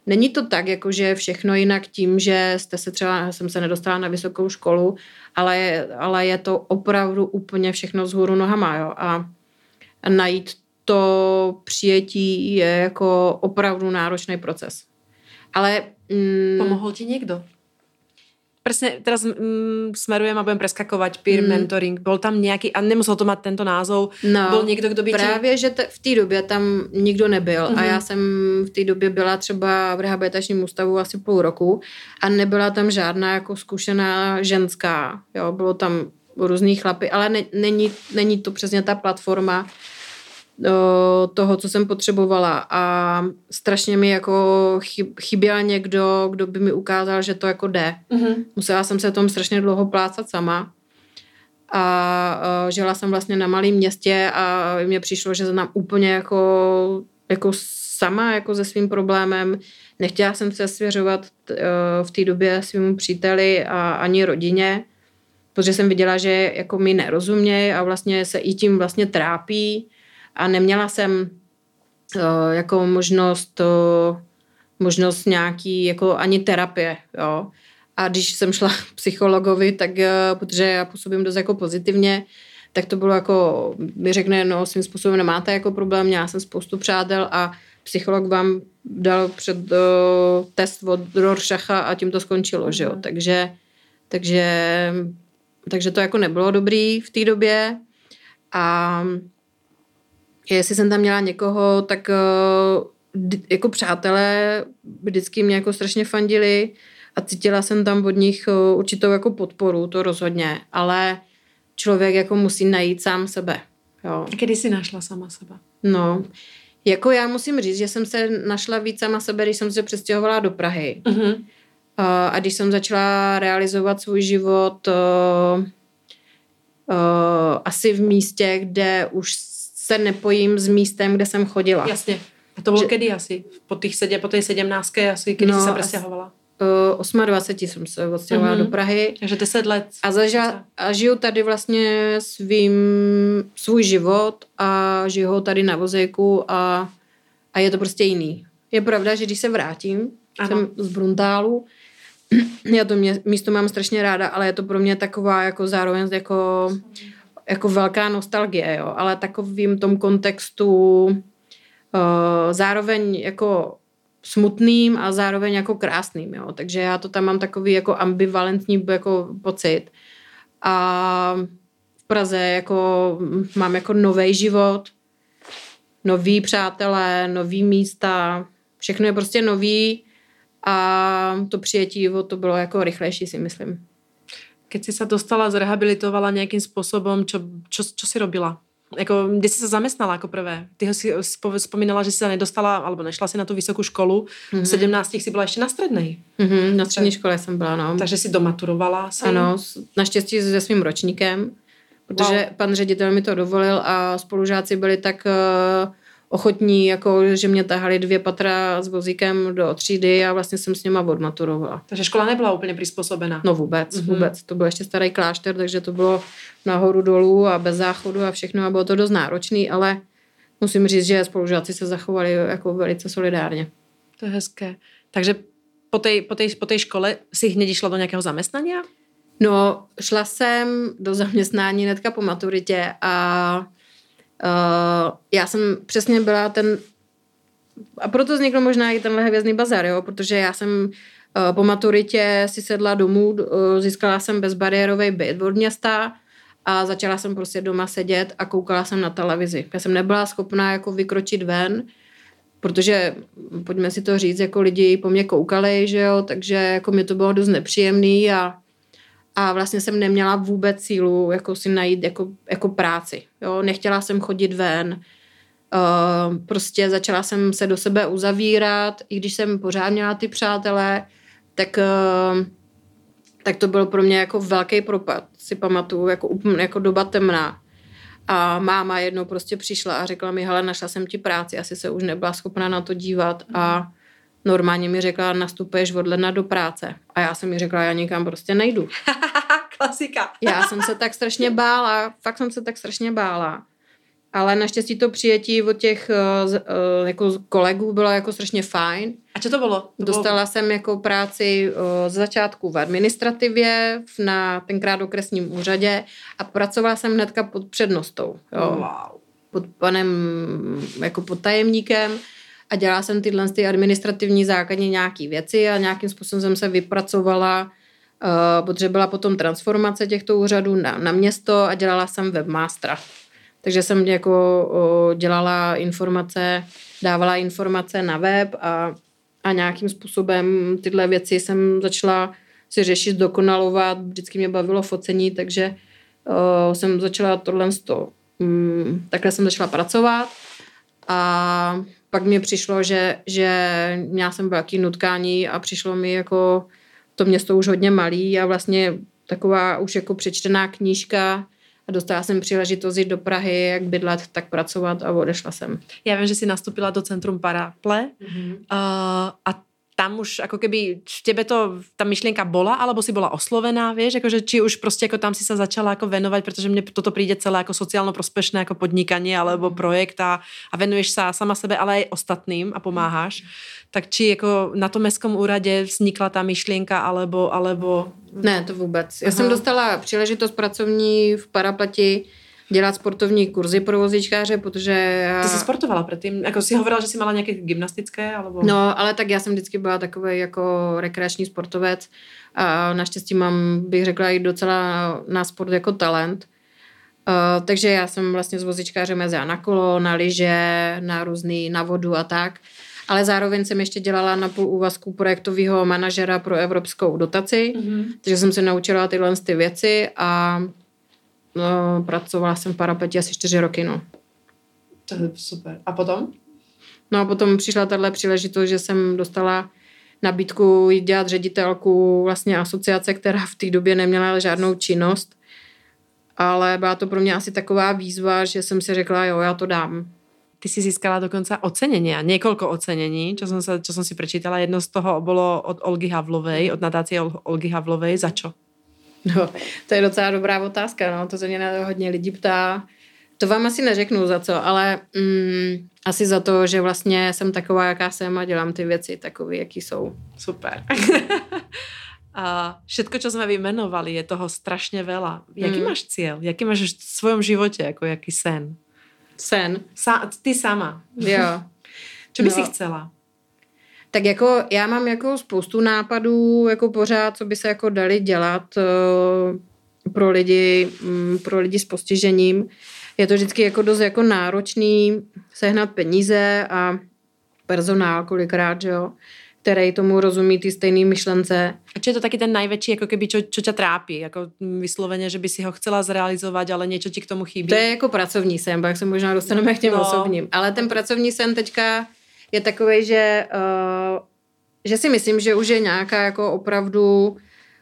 není to tak, jako že všechno jinak tím, že jsem se nedostala na vysokou školu, ale je to opravdu úplně všechno vzhůru nohama, jo. A najít to přijetí je jako opravdu náročný proces. Ale... Pomohl ti někdo? Presne teraz smerujem a budem preskakovať peer mentoring. Bol tam nejaký, a nemusel to mať tento názov, bol niekto, kdo by právě, že v té době tam nikdo nebyl a já jsem v té době byla třeba v rehabilitačním ústavu asi půl roku a nebyla tam žádná jako zkušená ženská, jo, bylo tam různý chlapy, ale není to přesně ta platforma toho, co jsem potřebovala a strašně mi jako chyběl někdo, kdo by mi ukázal, že to jako jde. Musela jsem se tom strašně dlouho plácat sama a žila jsem vlastně na malém městě a mně přišlo, že jsem tam úplně jako sama jako se svým problémem. Nechtěla jsem se svěřovat v té době svému příteli a ani rodině, protože jsem viděla, že jako mi nerozumějí a vlastně se i tím vlastně trápí. A neměla jsem jako možnost nějaký jako ani terapie, jo. A když jsem šla k psychologovi, tak protože já působím dost jako pozitivně, tak to bylo jako, mi řekne, no svým způsobem nemáte jako problém, měla jsem spoustu přátel a psycholog vám dal před test od Rorschacha a tím to skončilo, že jo. Takže to jako nebylo dobrý v té době a jestli jsem tam měla někoho, tak jako přátelé vždycky mě jako strašně fandili a cítila jsem tam od nich určitou jako podporu, to rozhodně, ale člověk jako musí najít sám sebe. Jo. Kdy jsi našla sama sebe? No, jako já musím říct, že jsem se našla víc sama sebe, když jsem se přestěhovala do Prahy. A když jsem začala realizovat svůj život asi v místě, kde už se nepojím s místem, kde jsem chodila. Jasně. A to bylo kedy asi? Po té 17. asi, kdy jsi se přestěhovala? 28 jsem se odstěhovala do Prahy. Takže 10 let. A žiju tady vlastně svůj život a žiju ho tady na vozejku a je to prostě jiný. Je pravda, že když se vrátím, jsem z Bruntálu, já to místo mám strašně ráda, ale je to pro mě taková jako zároveň jako velká nostalgie, jo, ale takovým tom kontextu zároveň jako smutným a zároveň jako krásným, jo, takže já to tam mám takový jako ambivalentní jako pocit a v Praze jako mám jako nový život, noví přátelé, nový místa, všechno je prostě nový a to přijetí to bylo jako rychlejší, si myslím. Keď si sa dostala, zrehabilitovala nejakým spôsobom, čo si robila? Jako, kde si sa zamestnala ako prvé? Ty si spomínala, že si sa nedostala, alebo nešla si na tú vysokú školu. V 17 si byla ešte na strednej. Na střední škole jsem byla, no. Takže si domaturovala? Ano, naštěstí se svým ročníkem, protože pan ředitel mi to dovolil a spolužáci byli tak ochotní, jako že mě tahali 2 patra s vozíkem do třídy a vlastně jsem s něma odmaturovala. Takže škola nebyla úplně přizpůsobená? No vůbec. To byl ještě starý klášter, takže to bylo nahoru dolů a bez záchodu a všechno a bylo to dost náročný, ale musím říct, že spolužáci se zachovali jako velice solidárně. To je hezké. Takže po tej škole si hned šla do nějakého zaměstnání? No, šla jsem do zaměstnání hnedka po maturitě a já jsem přesně byla a proto vznikl možná i tenhle hvězdný bazar, jo, protože já jsem po maturitě si sedla domů, získala jsem bezbariérový byt od města a začala jsem prostě doma sedět a koukala jsem na televizi. Já jsem nebyla schopná jako vykročit ven, protože, pojďme si to říct, jako lidi po mně koukali, že jo, takže jako mi to bylo dost nepříjemný a vlastně jsem neměla vůbec sílu jako si najít jako práci. Jo? Nechtěla jsem chodit ven. Prostě začala jsem se do sebe uzavírat. I když jsem pořád měla ty přátelé, tak to bylo pro mě jako velký propad. Si pamatuju, jako doba temná. A máma jednou prostě přišla a řekla mi, hele, našla jsem ti práci. Asi se už nebyla schopná na to dívat a normálně mi řekla, nastupuješ od ledna do práce. A já jsem mi řekla, já nikam prostě nejdu. Klasika. Já jsem se tak strašně bála, fakt jsem se tak strašně bála. Ale naštěstí to přijetí od těch jako kolegů bylo jako strašně fajn. A co to bylo? Dostala jsem jako práci z začátku v administrativě na tenkrát okresním úřadě a pracovala jsem hnedka pod přednostou. Jo. Wow. Pod panem, jako pod tajemníkem a dělala jsem tyhle ty administrativní základně nějaký věci a nějakým způsobem jsem se vypracovala, protože byla potom transformace těchto úřadů na město a dělala jsem webmastera. Takže jsem jako dělala informace, dávala informace na web a nějakým způsobem tyhle věci jsem začala si řešit, dokonalovat. Vždycky mě bavilo focení, takže jsem začala takhle jsem začala pracovat a pak mi přišlo, že měla jsem velký nutkání a přišlo mi jako to město už hodně malý a vlastně taková už jako přečtená knížka a dostala jsem příležitost jít do Prahy, jak bydlet, tak pracovat a odešla jsem. Já vím, že si nastúpila do Centrum Paraple a tam už ako keby v tebe tá myšlienka bola, alebo si bola oslovená, vieš, akože či už proste ako tam si sa začala ako venovať, pretože mne toto príde celé ako sociálno prospešné ako podnikanie alebo projekt a venuješ sa sama sebe, ale aj ostatným a pomáhaš. Tak či ako na tom mestskom úrade vznikla tá myšlienka, alebo... Ne, to vůbec. Já jsem dostala příležitost pracovní v Parapleti dělat sportovní kurzy pro vozíčkáře, protože... Ty jsi sportovala předtím? Jako jsi hovorila, že jsi mala nějaké gymnastické? Alebo... No, ale tak já jsem vždycky byla takový jako rekreační sportovec a naštěstí mám, bych řekla, i docela na sport jako talent. Takže já jsem vlastně s vozíčkářem jezdila na kolo, na lyže, na vodu a tak. Ale zároveň jsem ještě dělala na půl úvazku projektového manažera pro evropskou dotaci, takže jsem se naučila tyhle ty věci a pracovala jsem v Parapeti asi 4 roky, no. To je super. A potom? No a potom přišla tahle příležitost, že jsem dostala nabídku jít dělat ředitelku vlastně asociace, která v té době neměla žádnou činnost, ale byla to pro mě asi taková výzva, že jsem si řekla, jo, já to dám. Ty si získala dokonca ocenenia, niekoľko ocenení, čo som si prečítala. Jedno z toho bolo od Olgy Havlovej, od nadácie Olgy Havlovej. Za čo? No, to je docela dobrá otázka, no, to se mě hodně lidí ptá. To vám asi neřeknu za co, ale asi za to, že vlastně jsem taková, jaká jsem a dělám ty věci takový, jaký jsou. Super. A všetko, čo sme vymenovali, je toho strašne veľa. Jaký máš cieľ? Jaký máš v svojom živote, ako jaký sen? Sen. Ty sama. Jo. Čo by si chcela? Tak jako já mám jako spoustu nápadů jako pořád, co by se jako dali dělat pro lidi s postižením. Je to vždycky jako dost jako náročný sehnat peníze a personál kolikrát, že jo, který tomu rozumí ty stejné myšlence. A čo je to taký ten najväčší, ako keby, čo ťa trápí? Jako vyslovene, že by si ho chcela zrealizovať, ale niečo ti k tomu chybí? To je jako pracovní sen, pak se možná dostaneme k těm osobním. Ale ten pracovní sen teďka je takovej, že si myslím, že už je nějaká jako opravdu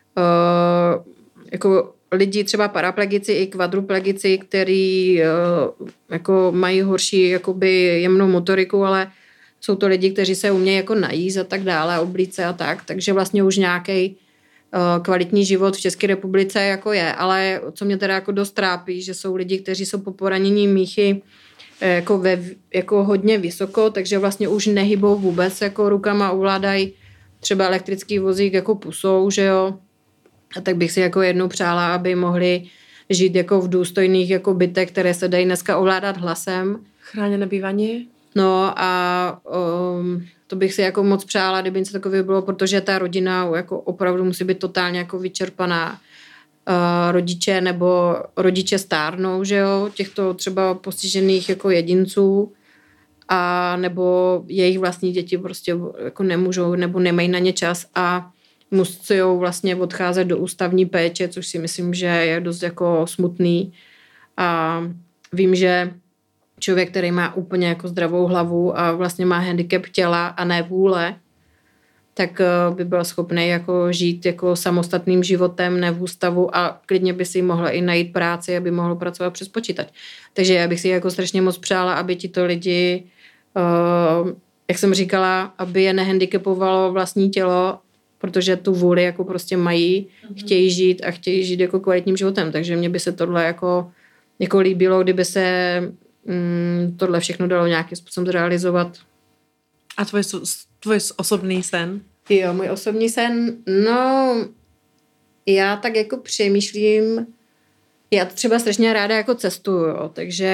jako lidi, třeba paraplegici i kvadruplegici, který jako mají horší jakoby jemnou motoriku, ale jsou to lidi, kteří se umějí jako najíst a tak dále, oblíct se a tak, takže vlastně už nějaký kvalitní život v České republice jako je, ale co mě teda jako dost trápí, že jsou lidi, kteří jsou po poranění míchy jako hodně vysoko, takže vlastně už nehybou vůbec jako rukama, ovládají třeba elektrický vozík jako pusou, že jo, a tak bych si jako jednou přála, aby mohli žít jako v důstojných jako bytech, které se dají dneska ovládat hlasem. Chráněné bývání? No a to bych si jako moc přála, kdyby něco takové bylo, protože ta rodina jako opravdu musí být totálně jako vyčerpaná. Rodiče nebo rodiče stárnou, že jo, těchto třeba postižených jako jedinců a nebo jejich vlastní děti prostě jako nemůžou nebo nemají na ně čas a musí vlastně odcházet do ústavní péče, což si myslím, že je dost jako smutný a vím, že člověk, který má úplně jako zdravou hlavu a vlastně má handicap těla a ne vůle, tak by byl schopný jako žít jako samostatným životem, ne v ústavu a klidně by si mohla i najít práci, aby mohl pracovat přes počítač. Takže já bych si jako strašně moc přála, aby tito lidi, jak jsem říkala, aby je nehandicapovalo vlastní tělo, protože tu vůli jako prostě mají, chtějí žít a chtějí žít jako kvalitním životem. Takže mně by se tohle jako líbilo, kdyby se tohle všechno dalo nějakým způsobem zrealizovat. A tvoj osobný sen? Jo, můj osobní sen, no, já tak jako přemýšlím, já třeba strašně ráda jako cestuju, jo, takže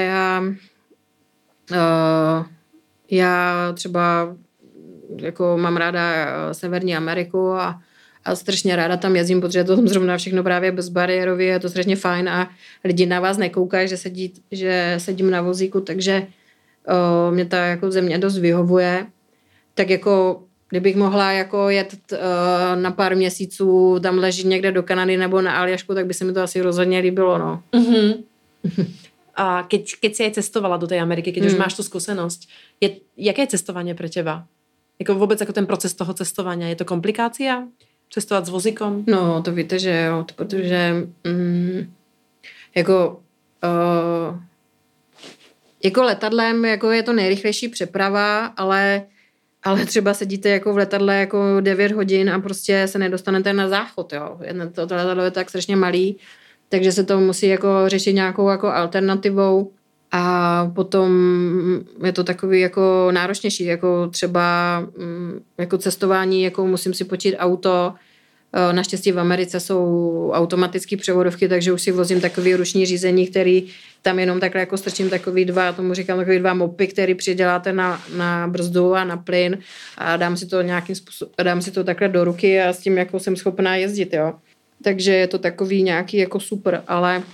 já třeba jako mám ráda Severní Ameriku a strašně ráda tam jezdím, protože to tam zrovna všechno právě bezbariérově, je to strašně fajn a lidi na vás nekoukají, že sedím na vozíku, takže mě ta jako země dost vyhovuje. Tak jako kdybych mohla jako jet na pár měsíců tam ležet někde do Kanady nebo na Aljašku, tak by se mi to asi rozhodně líbilo, no. Mm-hmm. A keď si aj cestovala do tej Ameriky, keď už máš tu skúsenosť, jaké je cestovanie pre teba? Jako vôbec jako ten proces toho cestovania, je to komplikácia? Cestovat s vozíkom? No, to víte, že jo, protože jako letadlem jako je to nejrychlejší přeprava, ale třeba sedíte jako v letadle jako 9 hodin a prostě se nedostanete na záchod, jo. To letadlo je tak strašně malý, takže se to musí jako řešit nějakou jako alternativou a potom je to takový jako náročnější, jako třeba jako cestování, jako musím si počít auto. Naštěstí v Americe jsou automatické převodovky, takže už si vozím takový ruční řízení, který tam jenom takhle jako strčím takový dva mopy, který přiděláte na brzdu a na plyn a dám si to nějakým způsobem, dám si to takhle do ruky a s tím jako jsem schopná jezdit, jo. Takže je to takový nějaký jako super, ale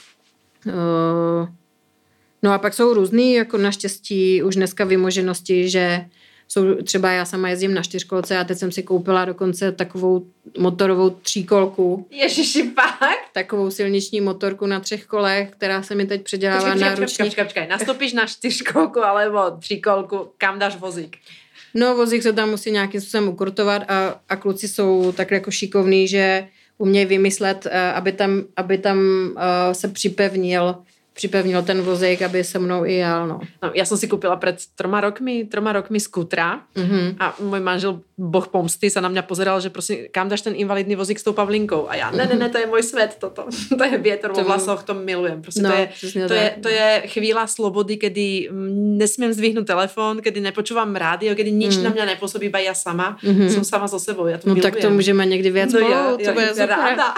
no a pak jsou různý jako naštěstí už dneska vymoženosti, že jsou, třeba já sama jezdím na 4kolce a teď jsem si koupila dokonce takovou motorovou 3kolku. Ježiši, fakt? Takovou silniční motorku na 3 kolech, která se mi teď předělává na ruční. Počkej, nastupíš na 4kolku alebo 3kolku, kam dáš vozík? No, vozík se tam musí nějakým způsobem ukurtovat a kluci jsou tak jako šikovní, že umějí vymyslet, aby tam se připevnil ten vozík, aby se mnou i jel, no. No, ja som si kúpila pred 3 rokmi skútra a môj manžel, boh pomsty, sa na mňa pozeral, že prosím, kam dáš ten invalidný vozík s tou Pavlinkou? A ja, ne, to je môj svet, toto. To je vietor vo vlasoch, to milujem. Proste, no, to je chvíľa slobody, kedy nesmiem zdvihnúť telefón, kedy nepočúvam rádio, kedy nič na mňa nepôsobí, iba ja sama. Som sama so sebou, ja to milujem. No tak to môžeme niekdy viac spolu, to bude super. Ráda.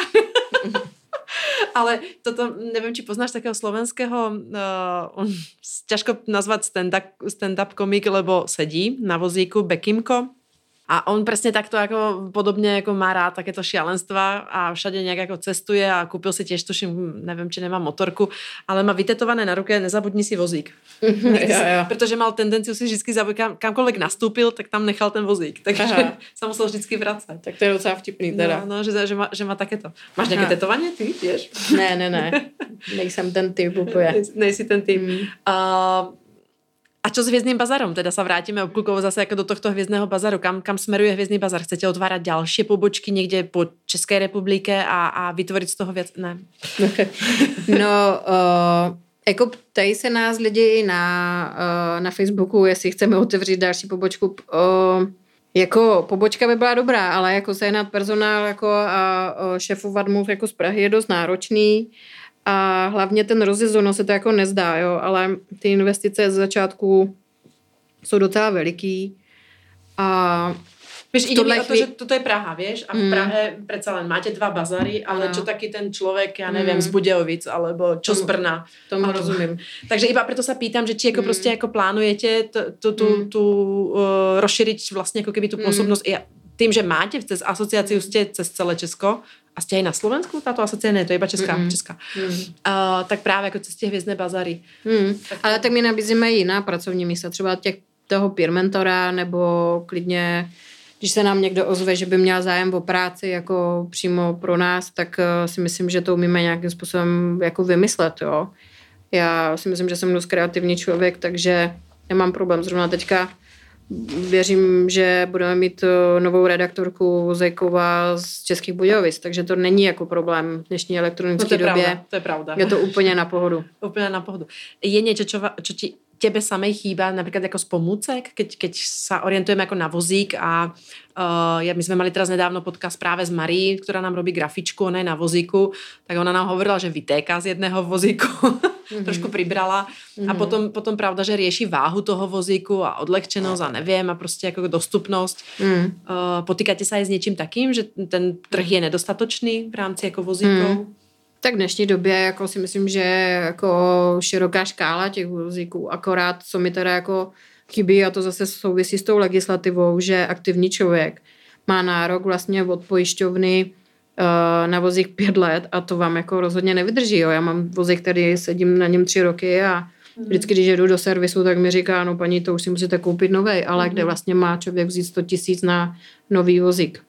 Ale toto, neviem, či poznáš takého slovenského, ťažko nazvať stand-up komik, lebo sedí na vozíku, Bekimko. A on presne takto ako podobne ako má rád takéto šialenstva a všade nejak ako cestuje a kúpil si tiež, tuším, neviem, či nemá motorku, ale má vytetované na ruke, nezabudni si vozík. Ja. Pretože mal tendenciu si vždycky kamkoľvek nastúpil, tak tam nechal ten vozík. Takže sa musel vždycky vracať. Tak to je docela vtipný teda. No, že má takéto. Máš nejaké tetovanie, ty, vieš? Ne. Nejsem ten typ úplně. Nejsi ten typ. A čo s Hviezdnym bazarom? Teda sa vrátime obklukovo zase ako do tohto Hviezdného bazaru. Kam smeruje Hviezdny bazar? Chcete otvárať ďalšie pobočky niekde po Českej republike a vytvoriť z toho viac? Ne. No, jako ptají se nás lidi na Facebooku, jestli chceme otevřít další pobočku. Jako pobočka by byla dobrá, ale jako sehnat personál jako a šéfovat mu jako z Prahy je dost náročný. A hlavně ten rozjezd, ono se to jako nezdá, jo, ale ty investice z začátku jsou docela veliký. A vieš, ide mi o to, že toto je Praha, vieš, a v Prahe predsa len máte 2 bazary, ale čo taký ten človek, ja neviem, z Budějovic, alebo čo z Brna. Tomu rozumím. Takže iba preto sa pýtam, že či ako proste ako plánujete tu rozšíriť vlastne ako keby tú pôsobnosť tým, že máte cez asociáciu ste cez celé Česko a ste aj na Slovensku, táto asociácia ne, to je iba česká. Tak právě jako cez tie Hviezdné bazary. Ale tak my nabízíme jiná pracovní místa, třeba toho peer mentora, nebo klidně, když se nám někdo ozve, že by měl zájem o práci jako přímo pro nás, tak si myslím, že to umíme nějakým způsobem jako vymyslet, jo. Já si myslím, že jsem dost kreativní člověk, takže nemám problém. Zrovna teďka věřím, že budeme mít novou redaktorku Zejkova z Českých Budějovic, takže to není jako problém v dnešní elektronické době. To je pravda. Je to úplně na pohodu. Úplne na pohodu. Je niečo, čo ti tebe samej chýba napríklad ako z pomůcek, keď sa orientujeme ako na vozík a my sme mali teraz nedávno podcast práve s Marí, ktorá nám robí grafičku, ona je na vozíku, tak ona nám hovorila, že vytéká z jedného vozíku, trošku pribrala a potom pravda, že rieši váhu toho vozíku a odlehčenosť a neviem a proste ako dostupnosť. Potýkate sa aj s niečím takým, že ten trh je nedostatočný v rámci ako vozíkov? Tak v dnešní době jako si myslím, že jako široká škála těch vozíků, akorát co mi teda jako chybí a to zase souvisí s tou legislativou, že aktivní člověk má nárok vlastně od pojišťovny na vozík 5 let a to vám jako rozhodně nevydrží. Jo. Já mám vozík, který sedím na něm 3 roky a vždycky, když jedu do servisu, tak mi říká, no paní, to už si musíte koupit novej, ale kde vlastně má člověk vzít 100 000 na nový vozík.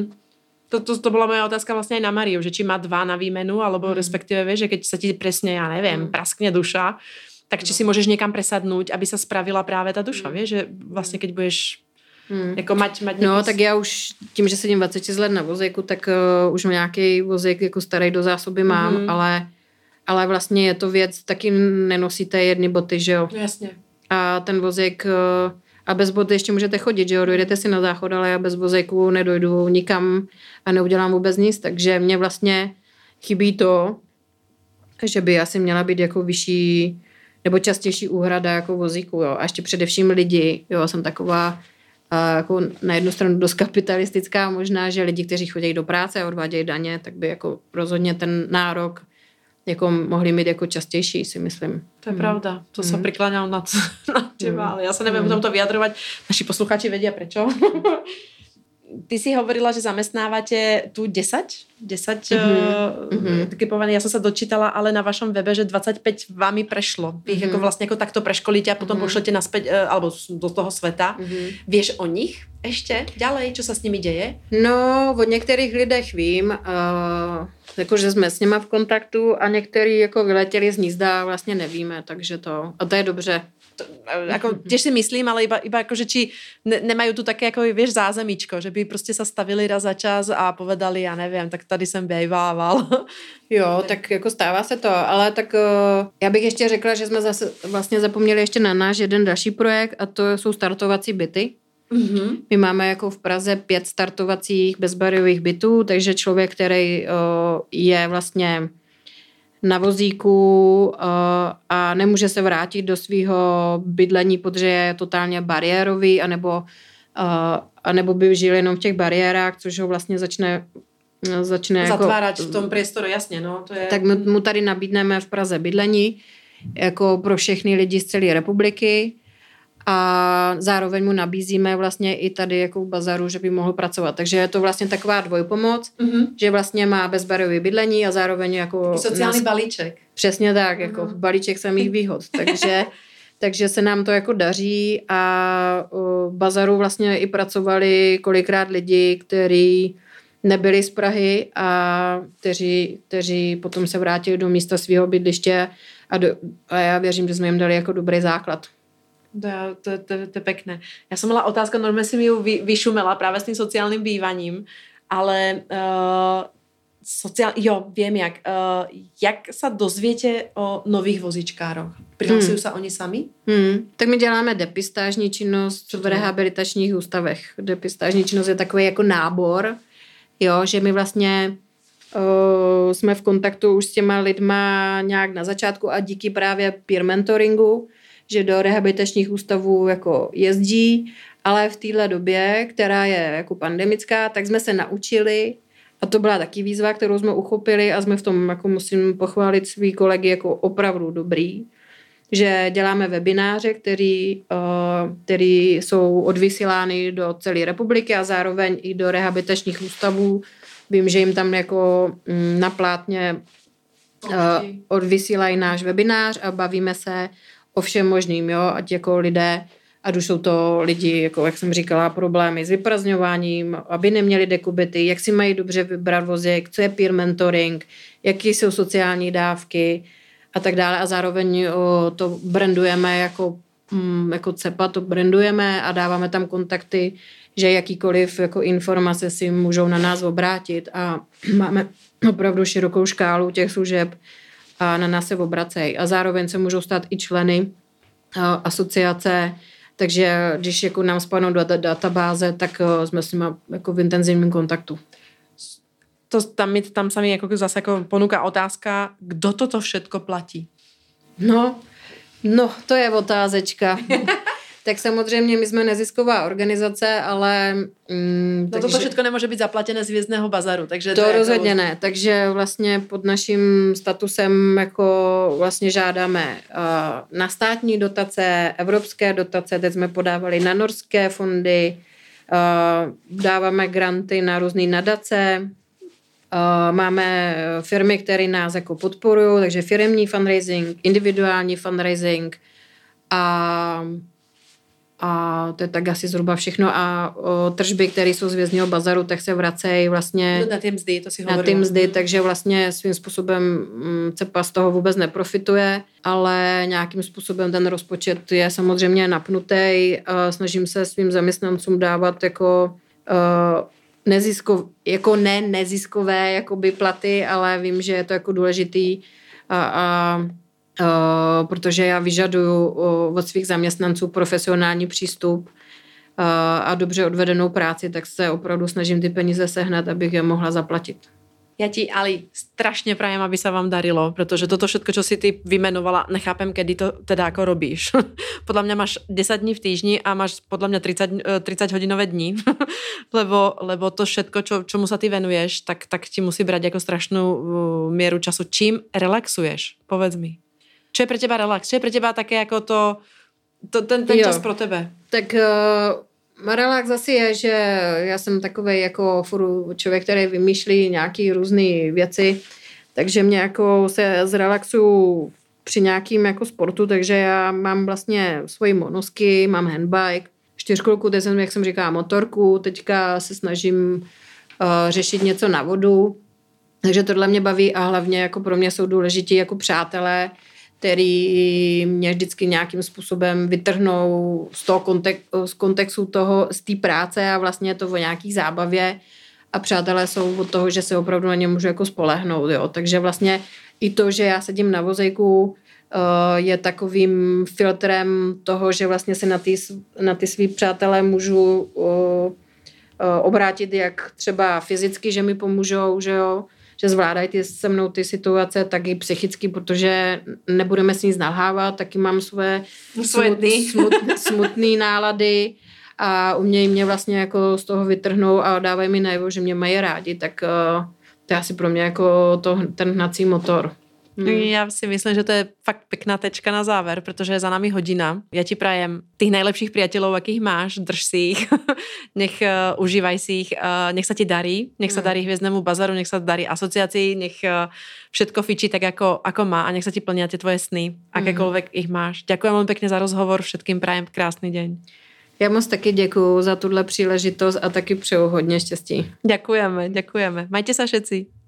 To bola moja otázka vlastne aj na Mariu, že či má 2 na výmenu, alebo respektíve vieš, že keď sa ti presne, ja neviem, praskne duša, tak či si môžeš niekam presadnúť, aby sa spravila práve tá duša, vieš, že vlastne keď budeš jako mať No, tak já už tím, že sedím 26 let na vozejku, tak už nějaký vozejk jako starý do zásoby mám, ale vlastně je to věc, taky nenosíte jedny boty, že jo? No, jasně. A ten vozejk a bez boty ještě můžete chodit, že jo, dojdete si na záchod, ale já bez vozejku nedojdu nikam a neudělám vůbec nic, takže mě vlastně chybí to, že by asi měla být jako vyšší nebo častější úhrada jako vozíku, jo, a ještě především lidi, jo, jsem taková jako na jednu stranu dost kapitalistická možná, že lidi, kteří chodí do práce a odvádějí daně, tak by jako rozhodně ten nárok jako mohli mít jako častější, si myslím. To je pravda. To sa prikláňam na teba, ale ja sa neviem o tomto vyjadrovať. Naši poslucháči vedia prečo. Ty si hovorila, že zamestnávate tu 10 typovaných. Ja som sa dočítala, ale na vašom webe, že 25 vami prešlo. Vy ich ako vlastne ako takto preškolíte a potom pošlete naspäť, alebo do toho sveta. Vieš o nich ešte ďalej? Čo sa s nimi deje? No, od některých lidech vím, jakože jsme s nima v kontaktu a některý jako vyletěli z hnízda a vlastně nevíme, takže to, a to je dobře. Ako, tiež si myslím, ale iba akože či nemajú tu také ako, vieš, zázemíčko, že by prostě sa stavili raz za čas a povedali, ja neviem, tak tady jsem bejvával. Jo, tak jako stává se to, ale tak já bych ještě řekla, že jsme zase vlastně zapomněli ještě na náš jeden další projekt a to jsou startovací byty. My máme jako v Praze 5 startovacích bezbariérových bytů, takže člověk, který je vlastně na vozíku a nemůže se vrátit do svého bydlení, protože je totálně bariérový, anebo by žil jenom v těch bariérách, což ho vlastně začne zatvárat jako, v tom priestoru, jasně, no. To je... Tak mu tady nabídneme v Praze bydlení jako pro všechny lidi z celé republiky a zároveň mu nabízíme vlastně i tady jako v bazaru, že by mohl pracovat. Takže je to vlastně taková dvojpomoc, že vlastně má bezbariérové bydlení a zároveň jako... Sociální balíček. Přesně tak, jako balíček samých výhod. Takže se nám to jako daří a v bazaru vlastně i pracovali kolikrát lidi, kteří nebyli z Prahy a kteří potom se vrátili do místa svého bydliště a já věřím, že jsme jim dali jako dobrý základ. To je pekné. Ja som mala otázku, normálne si mi ju vyšumela práve s tým sociálnym bývaním, ale viem jak. Jak sa dozviete o nových vozičkároch? Prihlasujú sa oni sami? Tak my děláme depistážní činnost v rehabilitačních ústavech. Depistážní činnost je takový jako nábor, jo, že my vlastně jsme v kontaktu už s těma lidma nějak na začátku a díky právě peer mentoringu, že do rehabilitačních ústavů jako jezdí, ale v téhle době, která je jako pandemická, tak jsme se naučili a to byla taky výzva, kterou jsme uchopili a jsme v tom, jako musím pochválit svý kolegy, jako opravdu dobrý, že děláme webináře, který jsou odvysílány do celé republiky a zároveň i do rehabilitačních ústavů. Vím, že jim tam jako na plátně odvysílají náš webinář a bavíme se o všem možným, jo, ať jako lidé, ať už jsou to lidi, jako jak jsem říkala, problémy s vyprazňováním, aby neměli dekubity, jak si mají dobře vybrat vozík, co je peer mentoring, jaký jsou sociální dávky a tak dále a zároveň to brandujeme jako CEPA, to brandujeme a dáváme tam kontakty, že jakýkoliv jako informace si můžou na nás obrátit a máme opravdu širokou škálu těch služeb a na nás se obracej. A zároveň se můžou stát i členy asociace, takže když jako nám spadnou do databáze, tak jsme s nimi jako v intenzivním kontaktu. Tam sa mi jako zase jako ponúka otázka, kdo toto všetko platí? No, to je otázečka. Tak samozřejmě my jsme nezisková organizace, ale... takže toto všetko nemůže být zaplatené z Hvězdného bazaru, takže... To rozhodně ne, takže vlastně pod naším statusem jako vlastně žádáme na státní dotace, evropské dotace, teď jsme podávali na norské fondy, dáváme granty na různé nadace, máme firmy, které nás jako podporují, takže firemní fundraising, individuální fundraising a to je tak asi zhruba všechno a tržby, které jsou z Hvězdného bazaru, tak se vracejí vlastně na ty mzdy, to si hovorila. Na ty mzdy, takže vlastně svým způsobem CEPA z toho vůbec neprofituje, ale nějakým způsobem ten rozpočet je samozřejmě napnutý. Snažím se svým zaměstnancům dávat jako neziskové jakoby platy, ale vím, že je to jako důležitý protože já vyžaduju od svých zaměstnanců profesionální přístup a dobře odvedenou práci, tak se opravdu snažím ty peníze sehnat, abych je mohla zaplatit. Ja ti, Ali, strašne prajem, aby sa vám darilo, pretože toto všetko, čo si ty vymenovala, nechápem, kedy to teda ako robíš. Podľa mňa máš 10 dní v týždni a máš podľa mňa 30 hodinové dní, lebo to všetko, čomu sa ty venuješ, tak ti musí brať ako strašnú mieru času. Čím relaxuješ? Povedz mi. Čo je pre teba relax? Čo je pre teba také ako ten čas pro tebe? Tak relax asi je, že já jsem takovej jako furt člověk, který vymýšlí nějaký různé věci, takže mě jako se zrelaxuju při nějakým jako sportu, takže já mám vlastně svoji monosky, mám handbike, 4kolku, teď jsem, jak jsem říkala, motorku, teďka se snažím řešit něco na vodu, takže tohle mě baví a hlavně jako pro mě jsou důležití jako přátelé, který mě vždycky nějakým způsobem vytrhnou z kontextu toho, z té práce a vlastně je to o nějaký zábavě a přátelé jsou od toho, že se opravdu na ně můžu jako spolehnout, jo. Takže vlastně i to, že já sedím na vozejku, je takovým filtrem toho, že vlastně se na ty svý přátelé můžu obrátit jak třeba fyzicky, že mi pomůžou, že jo, že zvládají se mnou ty situace, tak i psychicky, protože nebudeme si nic nalhávat, taky mám svoje smutné nálady a umějí mě vlastně jako z toho vytrhnout a dávají mi najevo, že mě mají rádi, tak to je asi pro mě jako ten hnací motor. Ja si myslím, že to je fakt pekná tečka na záver, protože je za nami hodina. Ja ti prajem tých najlepších priateľov, akých máš, drž si ich, nech užívaj si ich, nech sa ti darí, nech sa darí Hviezdnemu bazaru, nech sa darí asociácii, nech všetko fičí tak, ako má a nech sa ti plnia tie tvoje sny, akékoľvek ich máš. Ďakujem veľmi pekne za rozhovor, všetkým prajem krásny deň. Já moc taky děkuju za tuhle příležitost a taky přeju hodně štěstí. Ďakujeme. Majte sa všetci.